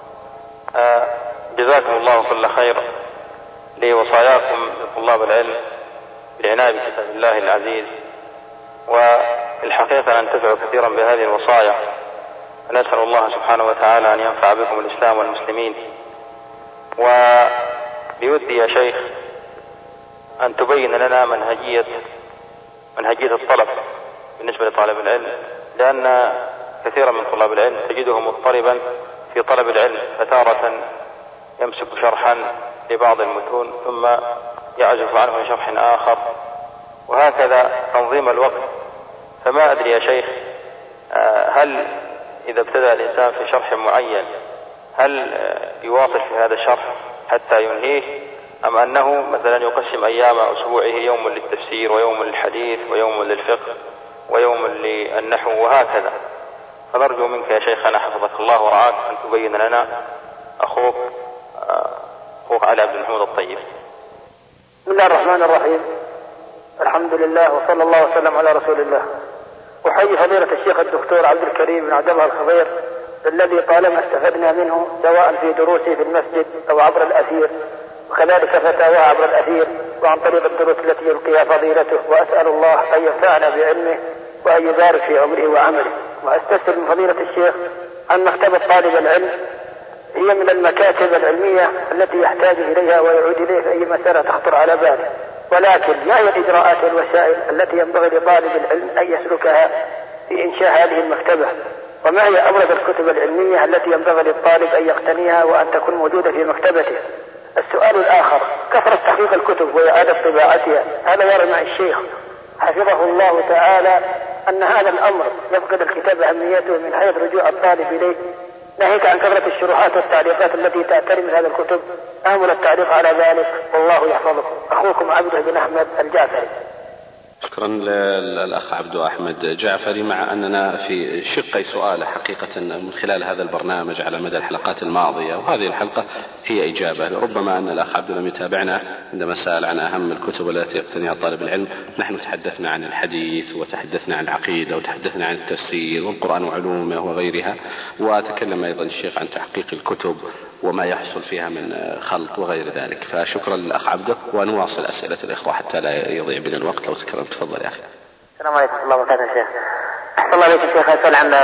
G: جزاكم الله كل خير لوصاياكم لطلاب العلم بالعناية بكتاب الله العزيز، والحقيقة ننتفع كثيرا بهذه الوصايا، ونسأل الله سبحانه وتعالى أن ينفع بكم الإسلام والمسلمين. وبودي يا شيخ أن تبين لنا منهجية الطلب بالنسبة لطالب العلم، لأن كثيرا من طلاب العلم تجده مضطربا في طلب العلم، فتارة يمسك شرحا لبعض المتون ثم يعزف عنه شرح آخر، وهكذا تنظيم الوقت. فما أدري يا شيخ، هل إذا ابتدأ الإنسان في شرح معين هل يواصل في هذا الشرح حتى ينهيه، أم أنه مثلا يقسم أيام أسبوعه يوم للتفسير ويوم للحديث ويوم للفقه ويوم للنحو وهكذا؟ فنرجو منك يا شيخنا حفظك الله ورعاك أن تبين لنا أخوك علي عبد المحمود الطيب.
E: بسم الله الرحمن الرحيم. الحمد لله وصلى الله وسلم على رسول الله. أحيي فضيلة الشيخ الدكتور عبد الكريم بن عبد الله الخضير الذي طالما استفدنا منه سواء في دروسه في المسجد أو عبر الأثير، وكذلك فتاوى عبر الأثير وعن طريق الدروس التي يلقيها فضيلته. وأسأل الله أن ينفعنا بعلمه وأن يبارك في عمره وعمله. وأستفسر من فضيلة الشيخ عن مكتبة طالب العلم، هي من المكاتب العلمية التي يحتاج إليها ويعود إليه في أي مسألة تخطر على باله، ولكن ما هي الإجراءات والوسائل التي ينبغي لطالب العلم أن يسلكها في إنشاء هذه المكتبة؟ وما هي أبرز الكتب العلمية التي ينبغي للطالب أن يقتنيها وأن تكون موجودة في مكتبته؟ السؤال الآخر: كثرة تحقيق الكتب وإعادة طباعتها، هذا ورد مع الشيخ حفظه الله تعالى أن هذا الأمر يفقد الكتاب أهميته من حيث رجوع الطالب إليه، ناهيك عن كثرة الشروحات والتعليقات التي تأتي من هذا الكتب. آمل التعليق على ذلك، والله يحفظكم. أخوكم عبده بن أحمد الجعفري.
B: شكرا للأخ عبد أحمد جعفري. مع أننا في شقي سؤال حقيقة من خلال هذا البرنامج على مدى الحلقات الماضية، وهذه الحلقة هي إجابة. ربما أن الأخ عبد لم يتابعنا عندما سأل عن أهم الكتب التي يقتنيها طالب العلم. نحن تحدثنا عن الحديث وتحدثنا عن العقيدة وتحدثنا عن التفسير والقرآن وعلومه وغيرها، وتكلم أيضا الشيخ عن تحقيق الكتب وما يحصل فيها من خلط وغير ذلك. فشكرا للأخ عبده، ونواصل أسئلة الإخوة حتى لا يضيع بنا الوقت. لو تكرم تفضل يا أخي.
E: السلام عليكم ورحمة الله وبركاته. يا شيخ أحسن الله عليك. الشيخ أسأل عن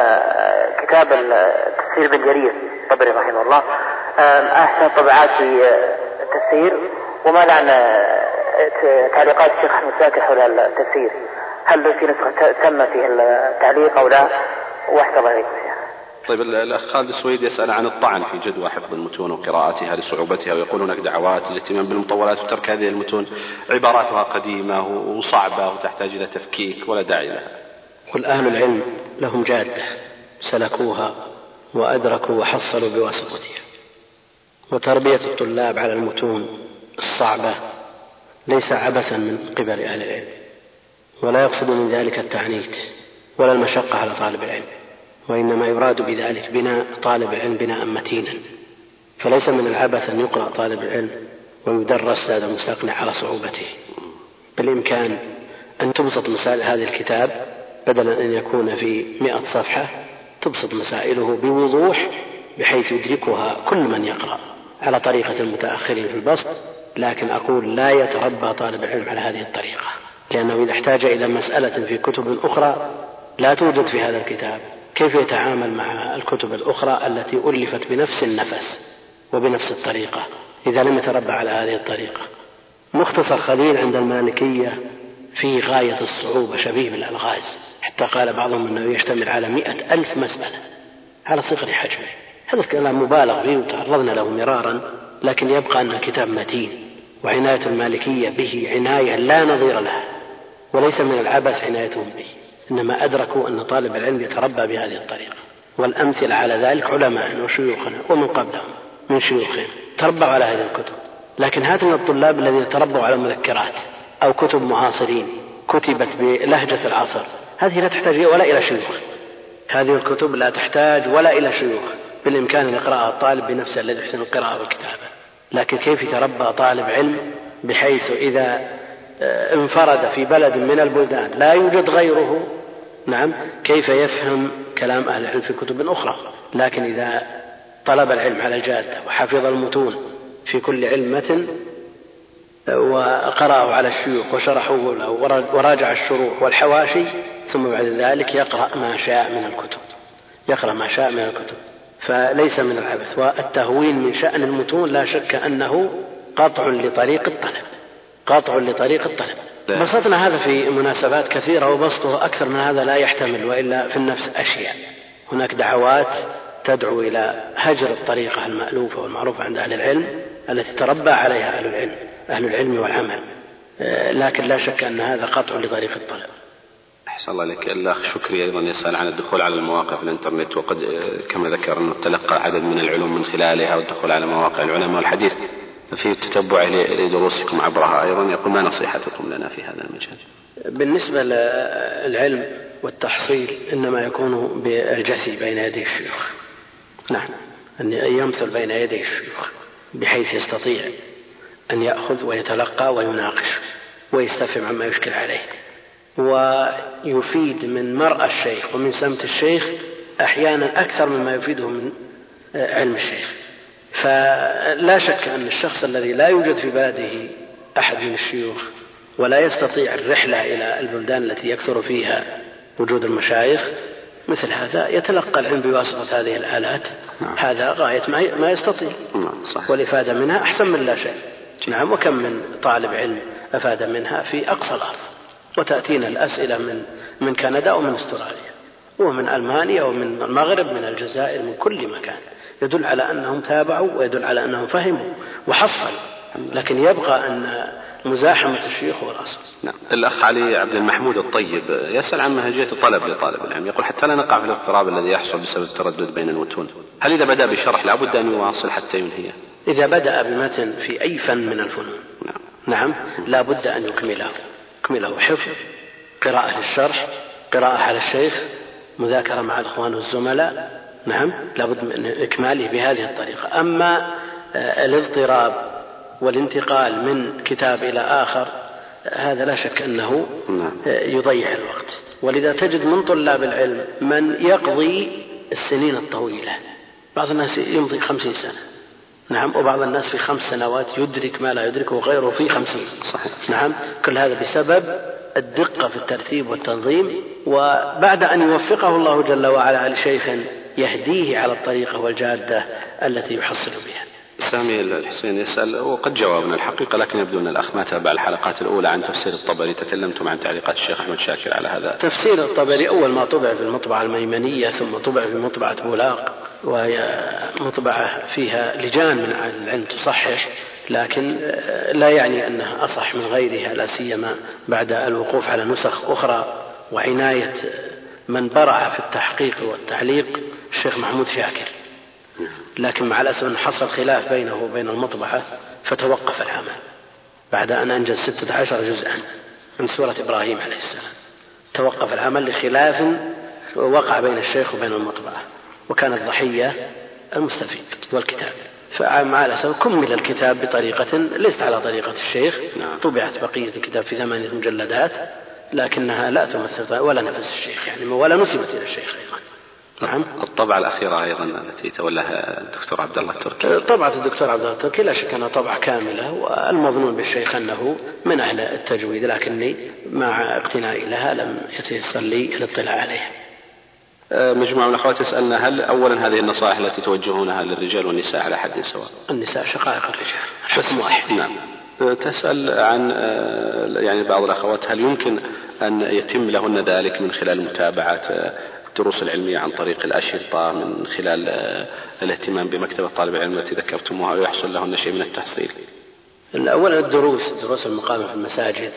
E: كتاب التفسير بن جرير الطبري رحمه الله، أحسن طبعات في التفسير، وماذا عن تعليقات الشيخ أحمد ساكر حول التفسير؟ هل في نسخة تم فيه التعليق أو لا؟ وأحسن الله عليكم.
B: طيب الأخ خالد السويد يسأل عن الطعن في جدوى حفظ المتون وقراءتها لصعوبتها، ويقول هناك دعوات للاهتمام بالمطولات وترك هذه المتون عباراتها قديمة وصعبة وتحتاج إلى تفكيك ولا داعي لها.
C: قل أهل العلم لهم جادة سلكوها وأدركوا وحصلوا بواسطتها، وتربية الطلاب على المتون الصعبة ليس عبثا من قبل أهل العلم، ولا يقصد من ذلك التعنيت ولا المشقة على طالب العلم، وإنما يراد بذلك بناء طالب العلم بناء متينا. فليس من العبث أن يقرأ طالب العلم ويدرس هذا المستقنع على صعوبته. بالإمكان أن تبسط مسائل هذا الكتاب بدلا أن يكون في 100 صفحة، تبسط مسائله بوضوح بحيث يدركها كل من يقرأ على طريقة المتأخرين في البسط. لكن أقول لا يتربى طالب العلم على هذه الطريقة، لأنه إذا احتاج إلى مسألة في كتب أخرى لا توجد في هذا الكتاب، كيف يتعامل مع الكتب الأخرى التي ألفت بنفس النفس وبنفس الطريقة إذا لم يتربى على هذه الطريقة؟ مختصر خليل عند المالكية في غاية الصعوبة، شبيه بالألغاز، حتى قال بعضهم أنه يشتمل على 100,000 مسألة على صيغة حجمه. هذا الكلام مبالغ فيه وتعرضنا له مرارا، لكن يبقى أن الكتاب متين، وعناية المالكية به عناية لا نظير لها، وليس من العبث عنايتهم به، إنما أدركوا أن طالب العلم يتربى بهذه الطريقة. والأمثلة على ذلك علماء وشيوخنا ومن قبلهم من شيوخهم تربوا على هذه الكتب. لكن هات من الطلاب الذين تربوا على مذكرات أو كتب معاصرين كتبت بلهجة العصر، هذه لا تحتاج ولا إلى شيوخ، هذه الكتب لا تحتاج ولا إلى شيوخ، بالإمكان أن يقرأها الطالب بنفسه الذي يحسن القراءة والكتابة. لكن كيف يتربى طالب علم بحيث إذا انفرد في بلد من البلدان لا يوجد غيره، نعم، كيف يفهم كلام أهل العلم في كتب أخرى؟ لكن إذا طلب العلم على الجادة وحفظ المتون في كل علم متن وقرأه على الشيوخ وشرحوه له وراجع الشروح والحواشي، ثم بعد ذلك يقرأ ما شاء من الكتب، فليس من العبث. والتهوين من شأن المتون لا شك أنه قطع لطريق الطلب. بسطنا هذا في مناسبات كثيرة، وبسطه أكثر من هذا لا يحتمل، وإلا في النفس أشياء. هناك دعوات تدعو إلى هجر الطريقة المألوفة والمعروفة عند أهل العلم التي تربى عليها أهل العلم والعمل، لكن لا شك أن هذا قطع لطريق الطلب.
B: أحسن الله لك. الأخ شكري أيضا يسأل عن الدخول على المواقع في الإنترنت، وقد كما ذكر أنه تلقى عدد من العلوم من خلالها، والدخول على مواقع العلماء والحديث في التتبع لدروسكم عبرها أيضا. يقول ما نصيحتكم لنا في هذا المجال؟
C: بالنسبة للعلم والتحصيل إنما يكون بالجثي بين يدي الشيوخ، نعم، أن يمثل بين يدي الشيوخ بحيث يستطيع أن يأخذ ويتلقى ويناقش ويستفهم عما يشكل عليه، ويفيد من مرأى الشيخ ومن سمت الشيخ أحيانا أكثر مما يفيده من علم الشيخ. فلا شك أن الشخص الذي لا يوجد في بلده أحد من الشيوخ ولا يستطيع الرحلة إلى البلدان التي يكثر فيها وجود المشايخ، مثل هذا يتلقى العلم بواسطة هذه الآلات. هذا غاية ما يستطيع، والإفادة منها أحسن من لا شيء. نعم، وكم من طالب علم أفاد منها في أقصى الأرض، وتأتينا الأسئلة من كندا ومن استراليا ومن ألمانيا ومن المغرب من الجزائر من كل مكان، يدل على أنهم تابعوا ويدل على أنهم فهموا وحصلوا، لكن يبقى أن مزاحمة الشيوخ هو الأصل.
B: نعم. الأخ علي عبد المحمود الطيب يسأل عن منهجية الطلب لطالب العلم، يقول حتى لا نقع في الاضطراب الذي يحصل بسبب التردد بين المتون، هل إذا بدأ بشرح لابد أن يواصل حتى ينهيه؟
C: إذا بدأ بمتن في أي فن من الفنون، نعم، لابد أن يكمله، أكمله حفظ، قراءة للشرح، قراءة على الشيخ، مذاكرة مع الإخوان والزملاء. نعم، لابد من إكماله بهذه الطريقة. أما الاضطراب والانتقال من كتاب إلى آخر هذا لا شك أنه يضيع الوقت. ولذا تجد من طلاب العلم من يقضي السنين الطويلة، بعض الناس يمضي 50 سنة، نعم، وبعض الناس في 5 سنوات يدرك ما لا يدركه غيره في 50. نعم، كل هذا بسبب الدقة في الترتيب والتنظيم، وبعد أن يوفقه الله جل وعلا لشيخ يهديه على الطريقة والجادة التي يحصل بها.
B: سامي الحسين يسأل، وقد جاوبنا الحقيقة، لكن يبدو أن الأخ ما تابع الحلقات الأولى عن تفسير الطبري. تكلمتم عن تعليقات الشيخ أحمد شاكر على هذا.
C: تفسير الطبري أول ما طبع في المطبعة الميمنية، ثم طبع في مطبعة بولاق، وهي مطبعة فيها لجان من أهل العلم تصحح، لكن لا يعني أنها أصح من غيرها، لا سيما بعد الوقوف على نسخ أخرى وعناية من برع في التحقيق والتعليق الشيخ محمود شاكر. لكن مع الأسف حصل خلاف بينه وبين المطبعة فتوقف العمل بعد أن أنجز 16 جزءا من سورة إبراهيم عليه السلام. توقف العمل لخلاف وقع بين الشيخ وبين المطبعة، وكان الضحية المستفيد والكتاب. فمع الأسف كمل الكتاب بطريقة ليست على طريقة الشيخ. طبعت بقية الكتاب في 8 مجلدات، لكنها لا تمثل ولا نفس الشيخ يعني، ولا نسبت إلى الشيخ أيضا. نعم.
B: الطبعة الأخيرة أيضا التي تولاها الدكتور عبد الله التركي،
C: طبعة الدكتور عبد الله التركي لا شك أنها طبعة كاملة، والمظنون بالشيخ أنه من أهل التجويد، لكني مع اقتنائي لها لم يتيسر لي الاطلاع عليها.
B: مجموعة من الأخوات يسألنا، هل أولا هذه النصائح التي توجهونها للرجال والنساء على حد سواء؟
C: النساء شقائق الرجال، حكم واحد.
B: نعم. تسأل عن يعني بعض الأخوات هل يمكن أن يتم لهن ذلك من خلال متابعة الدروس العلمية عن طريق الأشرطة، من خلال الاهتمام بمكتبة طالب العلم التي ذكرتموها، ويحصل لهن شيء من التحصيل؟
C: أولا الدروس المقامة في المساجد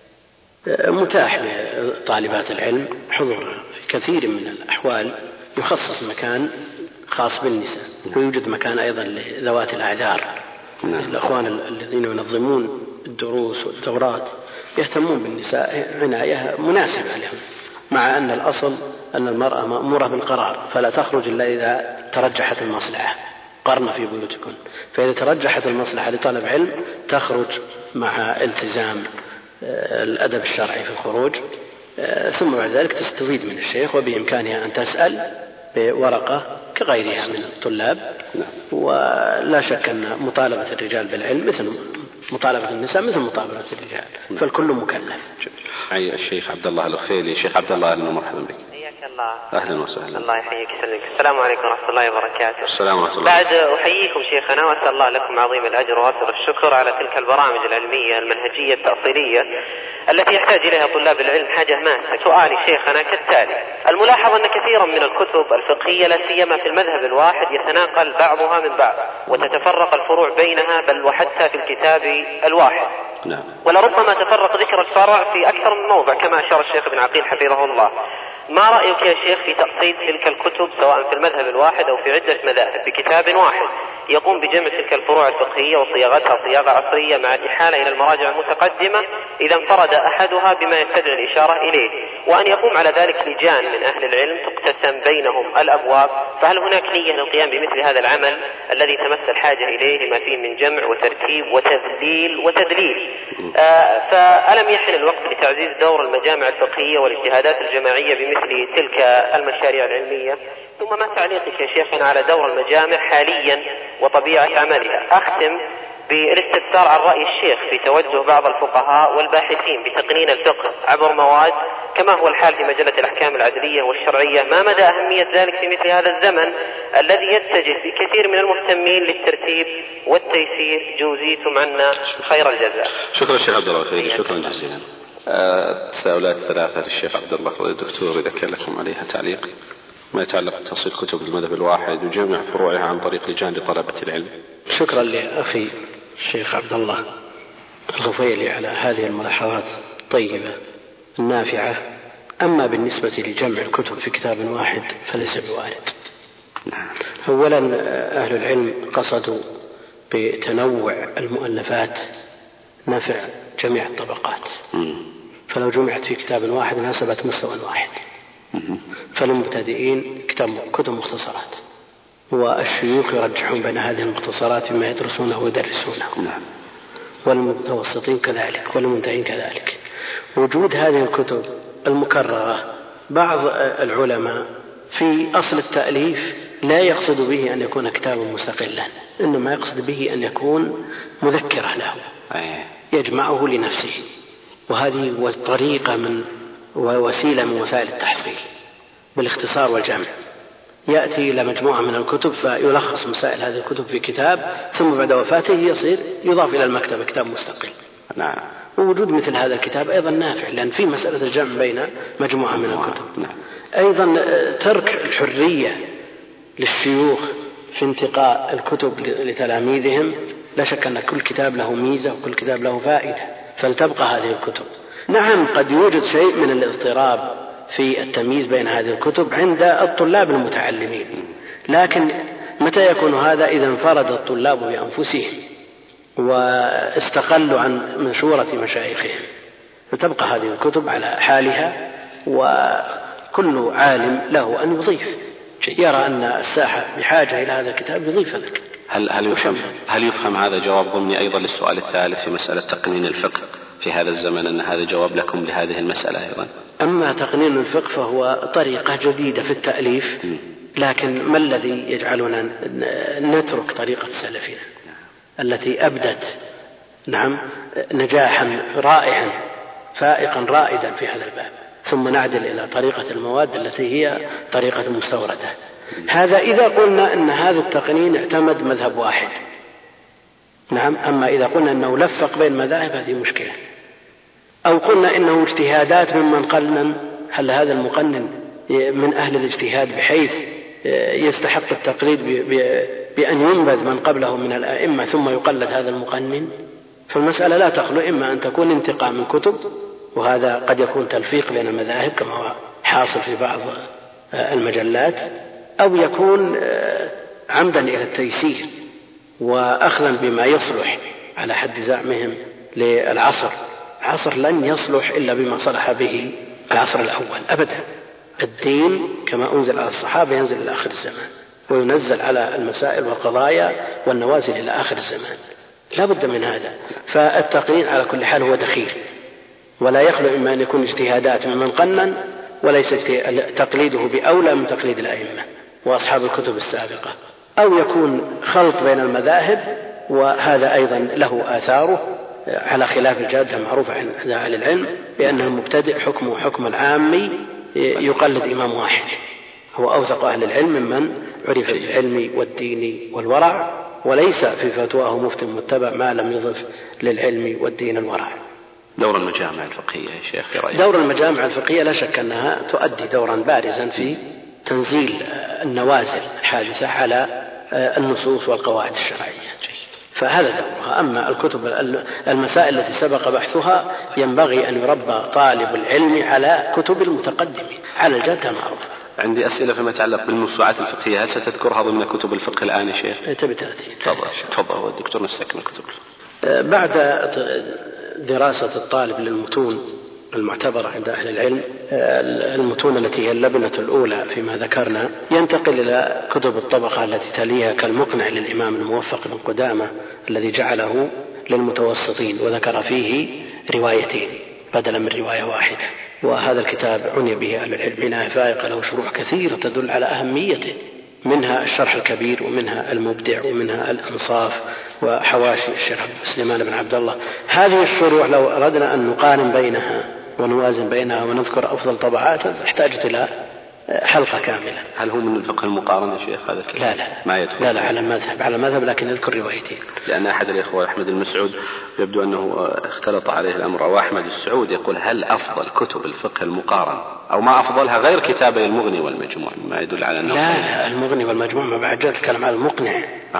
C: متاح لطالبات العلم حضورها، في كثير من الأحوال يخصص مكان خاص بالنساء، ويوجد مكان أيضا لذوات الأعذار. الأخوان الذين ينظمون الدروس والدورات يهتمون بالنساء عناية مناسبة لهم، مع أن الأصل أن المرأة مأمورة بالقرار، فلا تخرج إلا إذا ترجحت المصلحة. قرن في بيوتكم، فإذا ترجحت المصلحة لطلب علم تخرج مع التزام الأدب الشرعي في الخروج، ثم بعد ذلك تستفيد من الشيخ، وبإمكانها أن تسأل بورقة كغيرها من الطلاب. ولا شك أن مطالبة الرجال بالعلم مثل مطالبة النساء مثل مطالبة الرجال، فالكل مكلف.
B: الشيخ عبد الله الخفيلي. شيخ عبد الله، أهلا ومرحبا بك.
H: حياك الله.
B: أهلا وسهلا.
H: الله يحييك ويسلمك. السلام عليكم ورحمة الله وبركاته.
B: السلام ورحمة الله.
H: بعد أحييكم شيخنا وأسأل الله لكم عظيم الأجر وأفضل الشكر على تلك البرامج العلمية المنهجية التأصيلية التي يحتاج إليها طلاب العلم حاجة ماسة. سؤالي شيخنا كالتالي: الملاحظ أن كثيرا من الكتب الفقهية لا سيما في المذهب الواحد يتناقل بعضها من بعض وتتفرق الفروع بينها، بل وحتى في الكتاب الواحد. ولربما تفرق ذكر الفرع في أكثر من موضع كما أشار الشيخ ابن عقيل حفظه الله. ما رأيك يا شيخ في تقسيم تلك الكتب سواء في المذهب الواحد أو في عدة مذاهب بكتاب واحد يقوم بجمع تلك الفروع الفقهية وصياغتها صياغة عصرية مع الإحالة إلى المراجع المتقدمة إذا انفرد أحدها بما يستدعي الإشارة إليه، وأن يقوم على ذلك لجان من أهل العلم تقتسم بينهم الأبواب؟ فهل هناك نية للقيام بمثل هذا العمل الذي تمثل حاجة إليه لما فيه من جمع وترتيب وتذليل وتدليل؟ فألم يحن الوقت لتعزيز دور المجامع الفقهية والاجتهادات الجماعية بمثل تلك المشاريع العلمية؟ ثم ما تعليقك يا شيخنا على دور المجامع حاليا وطبيعة عملها؟ أختم بالاستفسار عن رأي الشيخ في توجه بعض الفقهاء والباحثين بتقنين الفقه عبر مواد كما هو الحال في مجلة الأحكام العدلية والشرعية. ما مدى أهمية ذلك في مثل هذا الزمن الذي يتجه بكثير من المهتمين للترتيب والتيسير؟ جوزيتم عنا خير الجزاء.
B: شكرا الشيخ عبد الله الخفيلي، شكرا جزيلا. التساؤلات الثلاثة للشيخ عبد الله الدكتور إذا كان لكم عليها تعليق، ما يتعلق بتفصيل كتب المذهب الواحد وجمع فروعها عن طريق لجان لطلبة العلم.
C: شكرا لأخي الشيخ عبد الله الخفيلي على هذه الملاحظات الطيبة النافعة. أما بالنسبة لجمع الكتب في كتاب واحد فليس بوارد. أولا أهل العلم قصدوا بتنوع المؤلفات نفع جميع الطبقات، فلو جمعت في كتاب واحد ناسبت مستوى واحد. فالمبتدئين كتب مختصرات، والشيوخ يرجحون بين هذه المختصرات فيما يدرسونه ويدرسونه، والمتوسطين كذلك والمنتهين كذلك. وجود هذه الكتب المكررة بعض العلماء في أصل التأليف لا يقصد به أن يكون كتابا مستقلا، إنما يقصد به أن يكون مذكرة له يجمعه لنفسه، وهذه طريقة ووسيلة من وسائل التحصيل بالاختصار والجمع. يأتي إلى مجموعة من الكتب فيلخص مسائل هذه الكتب في كتاب، ثم بعد وفاته يصير يضاف إلى المكتبة كتاب مستقل.
B: نعم.
C: ووجود مثل هذا الكتاب أيضا نافع، لأن في مسألة الجمع بين مجموعة من الكتب. أيضا ترك الحرية للشيوخ في انتقاء الكتب لتلاميذهم، لا شك أن كل كتاب له ميزة وكل كتاب له فائدة، فلتبقى هذه الكتب. نعم قد يوجد شيء من الاضطراب في التمييز بين هذه الكتب عند الطلاب المتعلمين، لكن متى يكون هذا؟ إذا انفرد الطلاب بأنفسهم واستقلوا عن مشورة مشايخهم، فتبقى هذه الكتب على حالها، وكل عالم له أن يضيف يرى أن الساحة بحاجة إلى هذا الكتاب يضيف ذلك.
B: هل يفهم هذا جواب ضمني أيضا للسؤال الثالث في مسألة تقنين الفقه في هذا الزمن، أن هذا جواب لكم لهذه المسألة أيضا؟
C: أما تقنين الفقه فهو طريقة جديدة في التأليف، لكن ما الذي يجعلنا نترك طريقة سلفنا التي أبدت نجاحا رائعا فائقا رائدا في هذا الباب، ثم نعدل إلى طريقة المواد التي هي طريقة مستوردة؟ هذا إذا قلنا أن هذا التقنين اعتمد مذهب واحد. أما إذا قلنا أنه لفق بين مذاهب هذه مشكلة، أو قلنا إنه اجتهادات ممن قنن، هل هذا المقنن من أهل الاجتهاد بحيث يستحق التقليد بأن ينبذ من قبله من الأئمة ثم يقلد هذا المقنن؟ فالمسألة لا تخلو إما أن تكون انتقاء من كتب، وهذا قد يكون تلفيق بين المذاهب كما هو حاصل في بعض المجلات، أو يكون عمدا إلى التيسير وأخذا بما يصلح على حد زعمهم للعصر. العصر لن يصلح إلا بما صلح به العصر الأول أبدا. الدين كما أنزل على الصحابة ينزل إلى آخر الزمان، وينزل على المسائل والقضايا والنوازل إلى آخر الزمان، لا بد من هذا. فالتقنين على كل حال هو دخيل، ولا يخلو إما أن يكون اجتهادات ممن قنن، وليس تقليده بأولى من تقليد الأئمة وأصحاب الكتب السابقة، أو يكون خلط بين المذاهب، وهذا أيضا له آثاره على خلاف الجادة معروفة عند أهل العلم بأن المبتدئ حكم العامي يقلد إمام واحد، هو أوثق أهل العلم ممن عرف بالعلم والدين والورع، وليس في فتواه مفتي متبع ما لم يضف للعلم والدين الورع.
B: دور المجامع الفقهية يا شيخ في رأيك؟
C: دور المجامع الفقهية لا شك أنها تؤدي دورا بارزا في تنزيل النوازل الحادثة على النصوص والقواعد الشرعية، فهذا دورها. أما الكتب المسائل التي سبق بحثها ينبغي أن يربى طالب العلم على كتب المتقدمين على الجادة معروفة.
B: عندي أسئلة فيما يتعلق بالموسوعات الفقهية، هل ستذكرها ضمن كتب الفقه الآن يا شيخ؟ تفضل الدكتور نستكمل كتب.
C: بعد دراسة الطالب للمتون المعتبرة عند أهل العلم، المتون التي هي اللبنة الأولى فيما ذكرنا، ينتقل إلى كتب الطبقة التي تليها كالمقنع للإمام الموفق بن قدامة الذي جعله للمتوسطين، وذكر فيه روايتين بدلا من رواية واحدة. وهذا الكتاب عني به أهل العلم عناية فائقة، له شروح كثيرة تدل على أهميته، منها الشرح الكبير، ومنها المبدع، ومنها الإنصاف، وحواشي الشيخ سليمان بن عبد الله. هذه الشروح لو أردنا أن نقارن بينها ونوازن بينها ونذكر أفضل طبعاتها احتاجت إلى حلقة كاملة.
B: هل هو من الفقه المقارنة يا شيخ هذا الكلام؟
C: لا
B: ما يدخل.
C: لا على المذهب لكن يذكر روايتين.
B: لأن أحد الإخوة أحمد المسعود يبدو أنه اختلط عليه الأمر، وأحمد السعود يقول هل أفضل كتب الفقه المقارن أو ما أفضلها غير كتابي المغني والمجموع، ما يدل على أنه
C: لا المغني والمجموع ما بعد جاء الكلام على المقنع.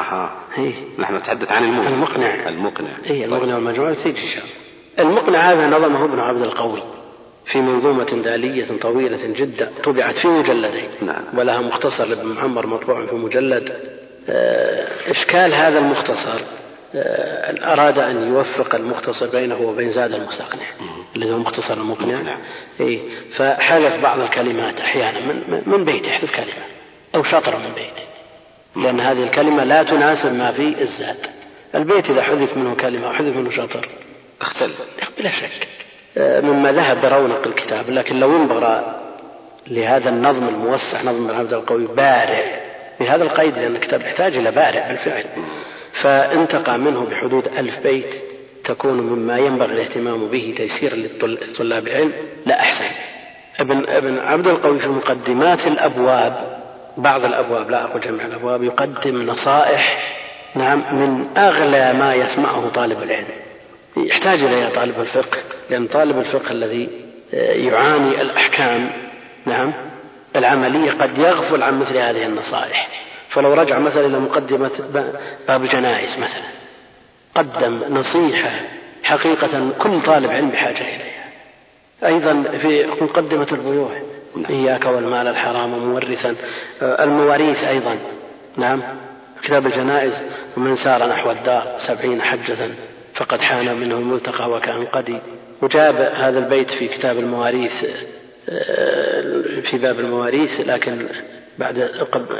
B: نحن نتحدث عن المقنع.
C: المغني والمجموع تيجي إن شاء الله. المقنع هذا نظمه ابن عبد القوي في منظومة دالية طويلة جدا، طبعت في مجلدين. ولها مختصر لابن معمر مطبوع في مجلد. إشكال هذا المختصر أراد أن يوفق المختصر بينه وبين زاد المستقنع اللي هو مختصر المقنع، فحذف بعض الكلمات أحيانا من بيته، يحذف كلمة أو شطر من بيته، لأن هذه الكلمة لا تناسب ما في الزاد. البيت إذا حذف منه كلمة أو حذف منه شطر
B: اختلف
C: بلا شك، مما ذهب برونق الكتاب. لكن لو انبغى لهذا النظم الموسع، نظم ابن عبد القوي، بارع بهذا القيد، لأن الكتاب يحتاج إلى بارع بالفعل، فانتقى منه بحدود 1000 بيت، تكون مما ينبغي الاهتمام به تيسيرا للطلاب العلم لا أحسن. ابن عبد القوي في مقدمات الأبواب، بعض الأبواب لا أقول جميع الأبواب، يقدم نصائح من أغلى ما يسمعه طالب العلم، يحتاج إليها طالب الفقه، لأن طالب الفقه الذي يعاني الأحكام العملية قد يغفل عن مثل هذه النصائح. فلو رجع مثلا إلى مقدمة باب الجنائز مثلا، قدم نصيحة حقيقة كل طالب علم بحاجة إليها. أيضا في مقدمة البيوع، إياك والمال الحرام مورثا، المواريث أيضا، كتاب الجنائز، ومن سار نحو الدار 70 حجة فقد حان منه الملتقى وكأن قدي. وجاب هذا البيت في كتاب المواريث في باب المواريث، لكن بعد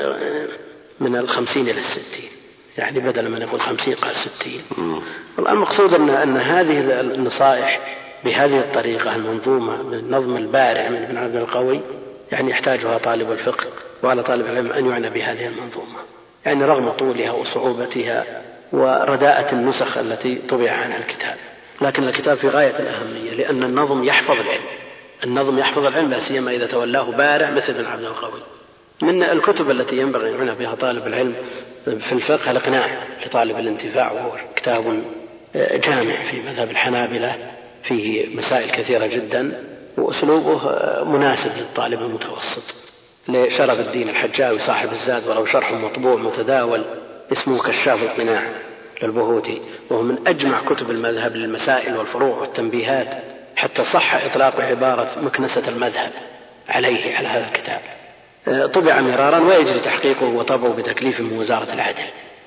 C: من 50 إلى 60، يعني بدل من يقول 50 قال 60. المقصود أن هذه النصائح بهذه الطريقة المنظومة بالنظم البارع من ابن عبد القوي يعني يحتاجها طالب الفقه، وعلى طالب العلم أن يعنى بهذه المنظومة، يعني رغم طولها وصعوبتها ورداءة النسخ التي طبع عنها الكتاب، لكن الكتاب في غاية الأهمية، لأن النظم يحفظ العلم، النظم يحفظ العلم لا سيما إذا تولاه بارع مثل ابن عبد القوي. من الكتب التي ينبغي أن يعنى بها طالب العلم في الفقه الإقناع لطالب الانتفاع، وهو كتاب جامع في مذهب الحنابلة، فيه مسائل كثيرة جدا، وأسلوبه مناسب للطالب المتوسط، لشرف الدين الحجاوي صاحب الزاد، وله شرح مطبوع متداول اسمه كشاف القناع للبهوتي، وهو من أجمع كتب المذهب للمسائل والفروع والتنبيهات، حتى صح إطلاق عبارة مكنسة المذهب عليه على هذا الكتاب. طبع مرارا ويجري تحقيقه وطبعه بتكليف من وزارة العدل.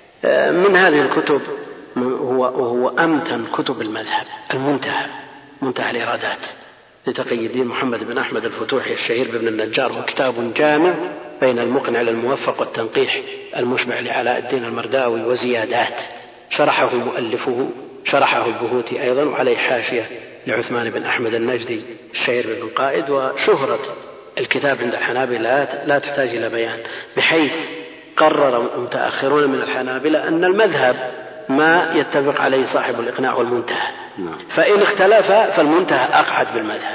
C: من هذه الكتب وهو أمتن كتب المذهب المنتهى، منتهى الإرادات لتقي الدين محمد بن أحمد الفتوحي الشهير بابن النجار، هو كتاب جامع بين المقنع للموفق والتنقيح المشبع لعلاء الدين المرداوي وزيادات، شرحه مؤلفه، شرحه البهوتي أيضا، وعليه حاشية لعثمان بن أحمد النجدي الشهير بن قائد. وشهرة الكتاب عند الحنابلة لا تحتاج إلى بيان، بحيث قرر متأخرون من الحنابلة أن المذهب ما يتفق عليه صاحب الإقناع والمنتهى، فإن اختلف فالمنتهى أقعد بالمذهب.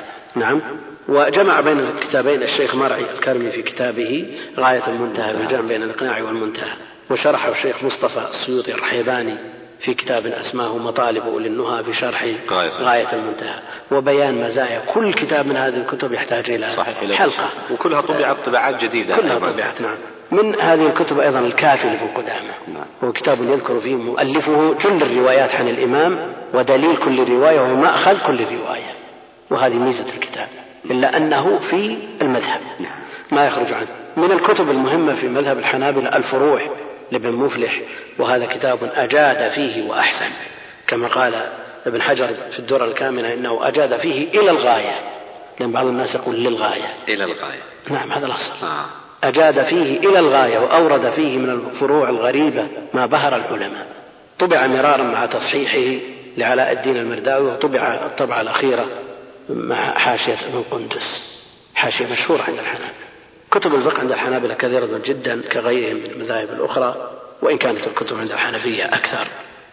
C: وجمع بين الكتابين الشيخ مرعي الكرمي في كتابه غاية المنتهى بالجمع بين الإقناع والمنتهى، وشرحه الشيخ مصطفى السيوطي الرحيباني في كتاب أسماه مطالب أولي النهى في شرح غاية المنتهى، وبيان مزايا كل كتاب من هذه الكتب يحتاج إلى حلقة،
B: وكلها طبعت طبعات جديدة،
C: كلها طبعت. من هذه الكتب أيضا الكافي لابن قدامة، هو كتاب يذكر فيه مؤلفه جل الروايات عن الإمام ودليل كل رواية ومأخذ كل رواية، وهذه ميزة الكتاب، إلا أنه في المذهب ما يخرج عنه. من الكتب المهمة في مذهب الحنابلة الفروع لابن مفلح، وهذا كتاب أجاد فيه وأحسن، كما قال ابن حجر في الدرر الكامنة إنه أجاد فيه إلى الغاية، لأن بعض الناس يقول للغاية،
B: إلى الغاية،
C: نعم هذا الأصل. أجاد فيه إلى الغاية، وأورد فيه من الفروع الغريبة ما بهر العلماء. طبع مرارا مع تصحيحه لعلاء الدين المرداوي، وطبع الطبعة الأخيرة مع حاشية ابن قندس، حاشية مشهورة عند الحنابلة. كتب الفقه عند الحنابلة كثيرة جدا كغيرهم من المذاهب الأخرى، وإن كانت الكتب عند الحنفية أكثر،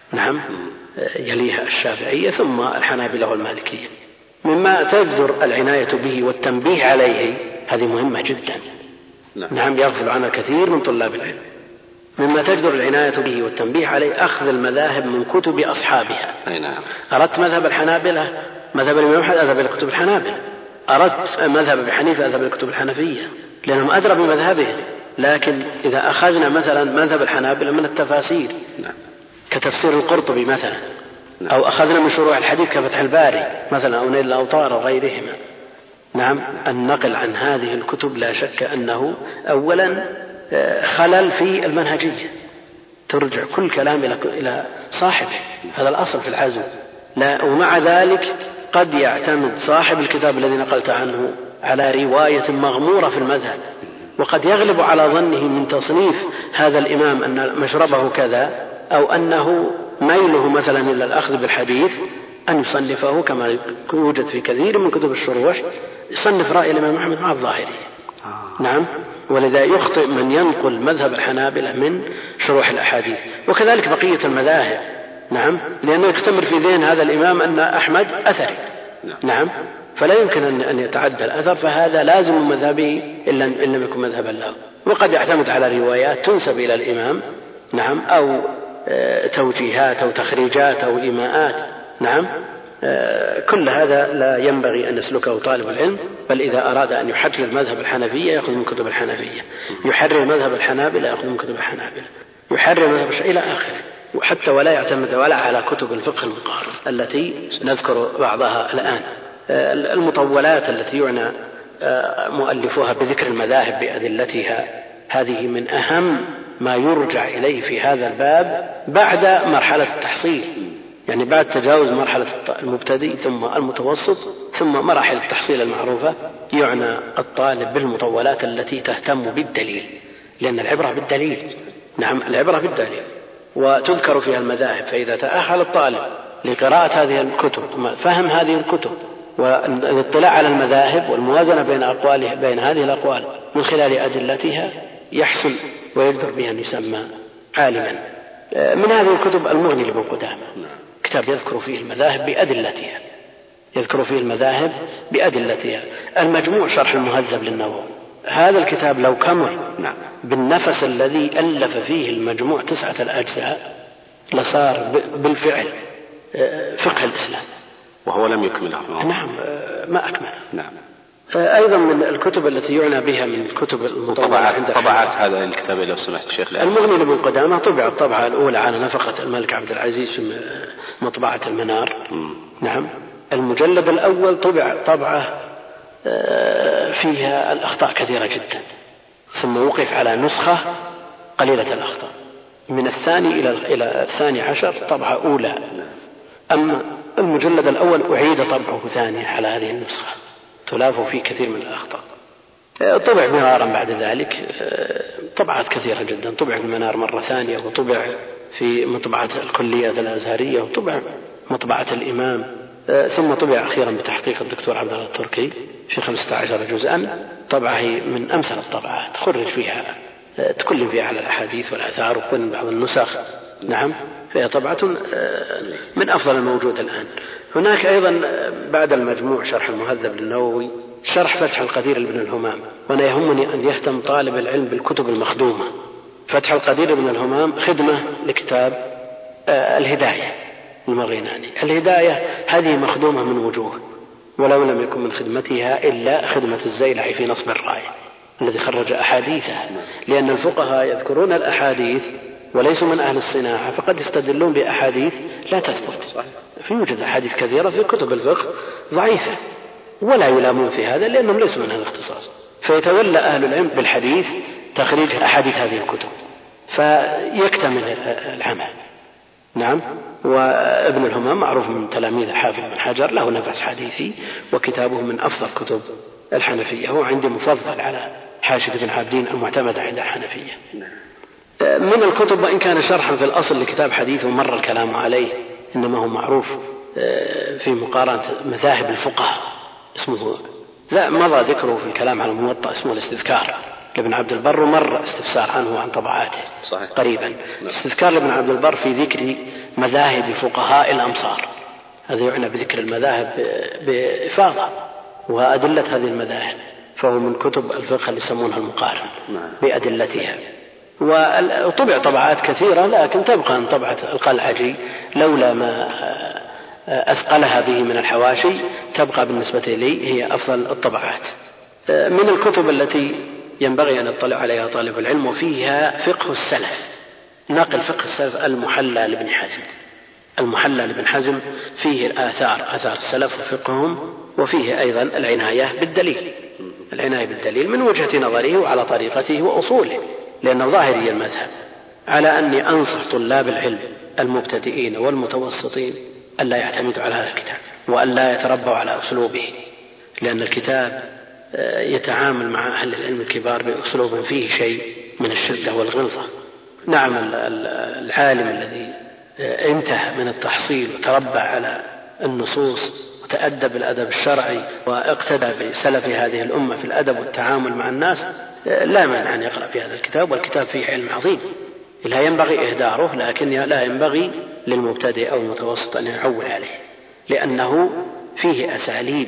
C: يليها الشافعية ثم الحنابلة والمالكية. مما تجدر العناية به والتنبيه عليه، هذه مهمة جدا، يغفل عنها كثير من طلاب العلم. مما تجدر العناية به والتنبيه عليه أخذ المذاهب من كتب أصحابها. أردت مذهب الحنابلة، مذهب الإمام أحمد، أذهب إلى كتب الحنابلة. أردت مذهب أبي حنيفة، أذهب إلى كتب الحنفية، لأنهم أدرى بمذهبهم. لكن إذا أخذنا مثلا مذهب الحنابلة من التفاسير كتفسير القرطبي مثلا، أو أخذنا من شروح الحديث كفتح الباري مثلا، أو نيل الأوطار وغيرهما، النقل عن هذه الكتب لا شك أنه أولا خلل في المنهجية، ترجع كل كلام إلى صاحبه، هذا الأصل في العزو. لا، ومع ذلك قد يعتمد صاحب الكتاب الذي نقلت عنه على رواية مغمورة في المذهب، وقد يغلب على ظنه من تصنيف هذا الإمام أن مشربه كذا، أو أنه ميله مثلا إلى الأخذ بالحديث، أن يصنفه كما يوجد في كثير من كتب الشروح، يصنف رأي الإمام أحمد مع الظاهري. نعم، ولذا يخطئ من ينقل مذهب الحنابلة من شروح الأحاديث، وكذلك بقية المذاهب. نعم، لأنه يختمر في ذهن هذا الإمام أن أحمد أثري. نعم، فلا يمكن أن يتعدى الأثر، فهذا لازم مذهبه إن لم يكن مذهبا له. وقد يعتمد على روايات تنسب إلى الإمام، نعم، أو توجيهات أو تخريجات أو إيماءات. نعم، كل هذا لا ينبغي أن يسلكه طالب العلم، بل إذا أراد أن يحرر مذهب الحنفية يأخذ من كتب الحنفية، يحرر مذهب الحنابلة يأخذ من كتب الحنابلة، يحرر مذهب إلى آخره، وحتى ولا يعتمد ولا على كتب الفقه المقارن التي نذكر بعضها الآن. المطولات التي يعنى مؤلفوها بذكر المذاهب بأدلتها، هذه من أهم ما يرجع إليه في هذا الباب بعد مرحلة التحصيل، يعني بعد تجاوز مرحلة المبتدئ ثم المتوسط ثم مراحل التحصيل المعروفة، يعنى الطالب بالمطولات التي تهتم بالدليل، لأن العبرة بالدليل. نعم، العبرة بالدليل، وتذكر فيها المذاهب. فإذا تأهل الطالب لقراءة هذه الكتب، فهم هذه الكتب، والاطلاع على المذاهب والموازنة بين هذه الأقوال من خلال أدلتها، يحصل ويقدر بها أن يسمى عالما. من هذه الكتب المغني لابن قدامة، كتاب يذكر فيه المذاهب بأدلتها، يذكر فيه المذاهب بأدلتها. المجموع شرح المهذب للنووي، هذا الكتاب لو كمل بالنفس الذي ألف فيه المجموع 9 الأجزاء لصار بالفعل فقه الإسلام،
B: وهو لم يكمله.
C: نعم، ما أكمله.
B: نعم.
C: أيضا من الكتب التي يعنى بها من كتب المطبعات
B: طبعات هذا الكتاب لو سمحت شيخ.
C: المغني لابن قدامة طبع الطبعة الأولى على نفقة الملك عبد العزيز في مطبعة المنار. نعم، المجلد الأول طبع طبعة فيها الأخطاء كثيرة جدا، ثم وقف على نسخة قليلة الأخطاء. من الثاني إلى 12 طبعة أولى. أما المجلد الأول أعيد طبعه ثانيا على هذه النسخة، تلاف فيه كثير من الأخطاء. طبع مرارا بعد ذلك طبعات كثيرة جدا، طبع في المنار مرة ثانية، وطبع في مطبعة الكليات الأزهرية، وطبع مطبعة الإمام، ثم طبع أخيرا بتحقيق الدكتور عبد الله التركي في 15 جزءا. طبعه من أمثل الطبعات، خرج فيها تكلم فيها على الأحاديث والآثار وكن بعض النسخ. نعم، فهي طبعة من أفضل الموجود الآن. هناك أيضا بعد المجموع شرح المهذب للنووي شرح فتح القدير لابن الهمام، وأنا يهمني أن يهتم طالب العلم بالكتب المخدومة. فتح القدير لابن الهمام خدمة لكتاب الهداية المغريناني. الهداية هذه مخدومة من وجوه، ولو لم يكن من خدمتها إلا خدمة الزيلعي في نصب الراية الذي خرج أحاديثها، لأن الفقهاء يذكرون الأحاديث وليسوا من أهل الصناعة، فقد يستدلون بأحاديث لا تثبت. فيوجد أحاديث كثيرة في كتب الفقه ضعيفة ولا يلامون في هذا لأنهم ليسوا من هذا الاختصاص، فيتولى أهل العلم بالحديث تخريج أحاديث هذه الكتب فيكتمل العمل. نعم، وابن الهمام معروف من تلاميذ حافظ بن حجر، له نفس حديثي، وكتابه من أفضل كتب الحنفية، هو عندي مفضل على حاشية ابن عابدين المعتمدة عند الحنفية. من الكتب وإن كان شرحا في الأصل لكتاب حديث ومر الكلام عليه، إنما هو معروف في مقارنة مذاهب الفقهاء، اسمه مضى ذكره في الكلام على الموطأ، اسمه الاستذكار لابن عبد البر، ومر استفسار عنه عن طبعاته صحيح. قريبا استذكار لابن عبد البر في ذكر مذاهب فقهاء الأمصار، هذا يعنى بذكر المذاهب بإفاضة وأدلة هذه المذاهب، فهو من كتب الفقه اللي يسمونها المقارن بأدلتها. وطبع طبعات كثيرة، لكن تبقى عن طبعة القلعجي لولا ما أثقلها به من الحواشي، تبقى بالنسبة لي هي أفضل الطبعات. من الكتب التي ينبغي أن يطلع عليها طالب العلم وفيها فقه السلف، نقل فقه السلف المحلى لابن حزم. المحلى لابن حزم فيه آثار السلف وفقههم، وفيه أيضا العناية بالدليل من وجهة نظره وعلى طريقته وأصوله، لأنه ظاهري المذهب. على أني أنصح طلاب العلم المبتدئين والمتوسطين ألا يعتمدوا على هذا الكتاب وألا يتربوا على أسلوبه، لأن الكتاب يتعامل مع أهل العلم الكبار بأسلوب فيه شيء من الشدة والغلظة. نعم العالم الذي انتهى من التحصيل وتربى على النصوص وتأدب الأدب الشرعي واقتدى بسلف هذه الأمة في الأدب والتعامل مع الناس لا مانع أن يقرأ في هذا الكتاب، والكتاب فيه علم عظيم لا ينبغي إهداره، لكن لا ينبغي للمبتدئ أو المتوسط أن يعول عليه، لأنه فيه أساليب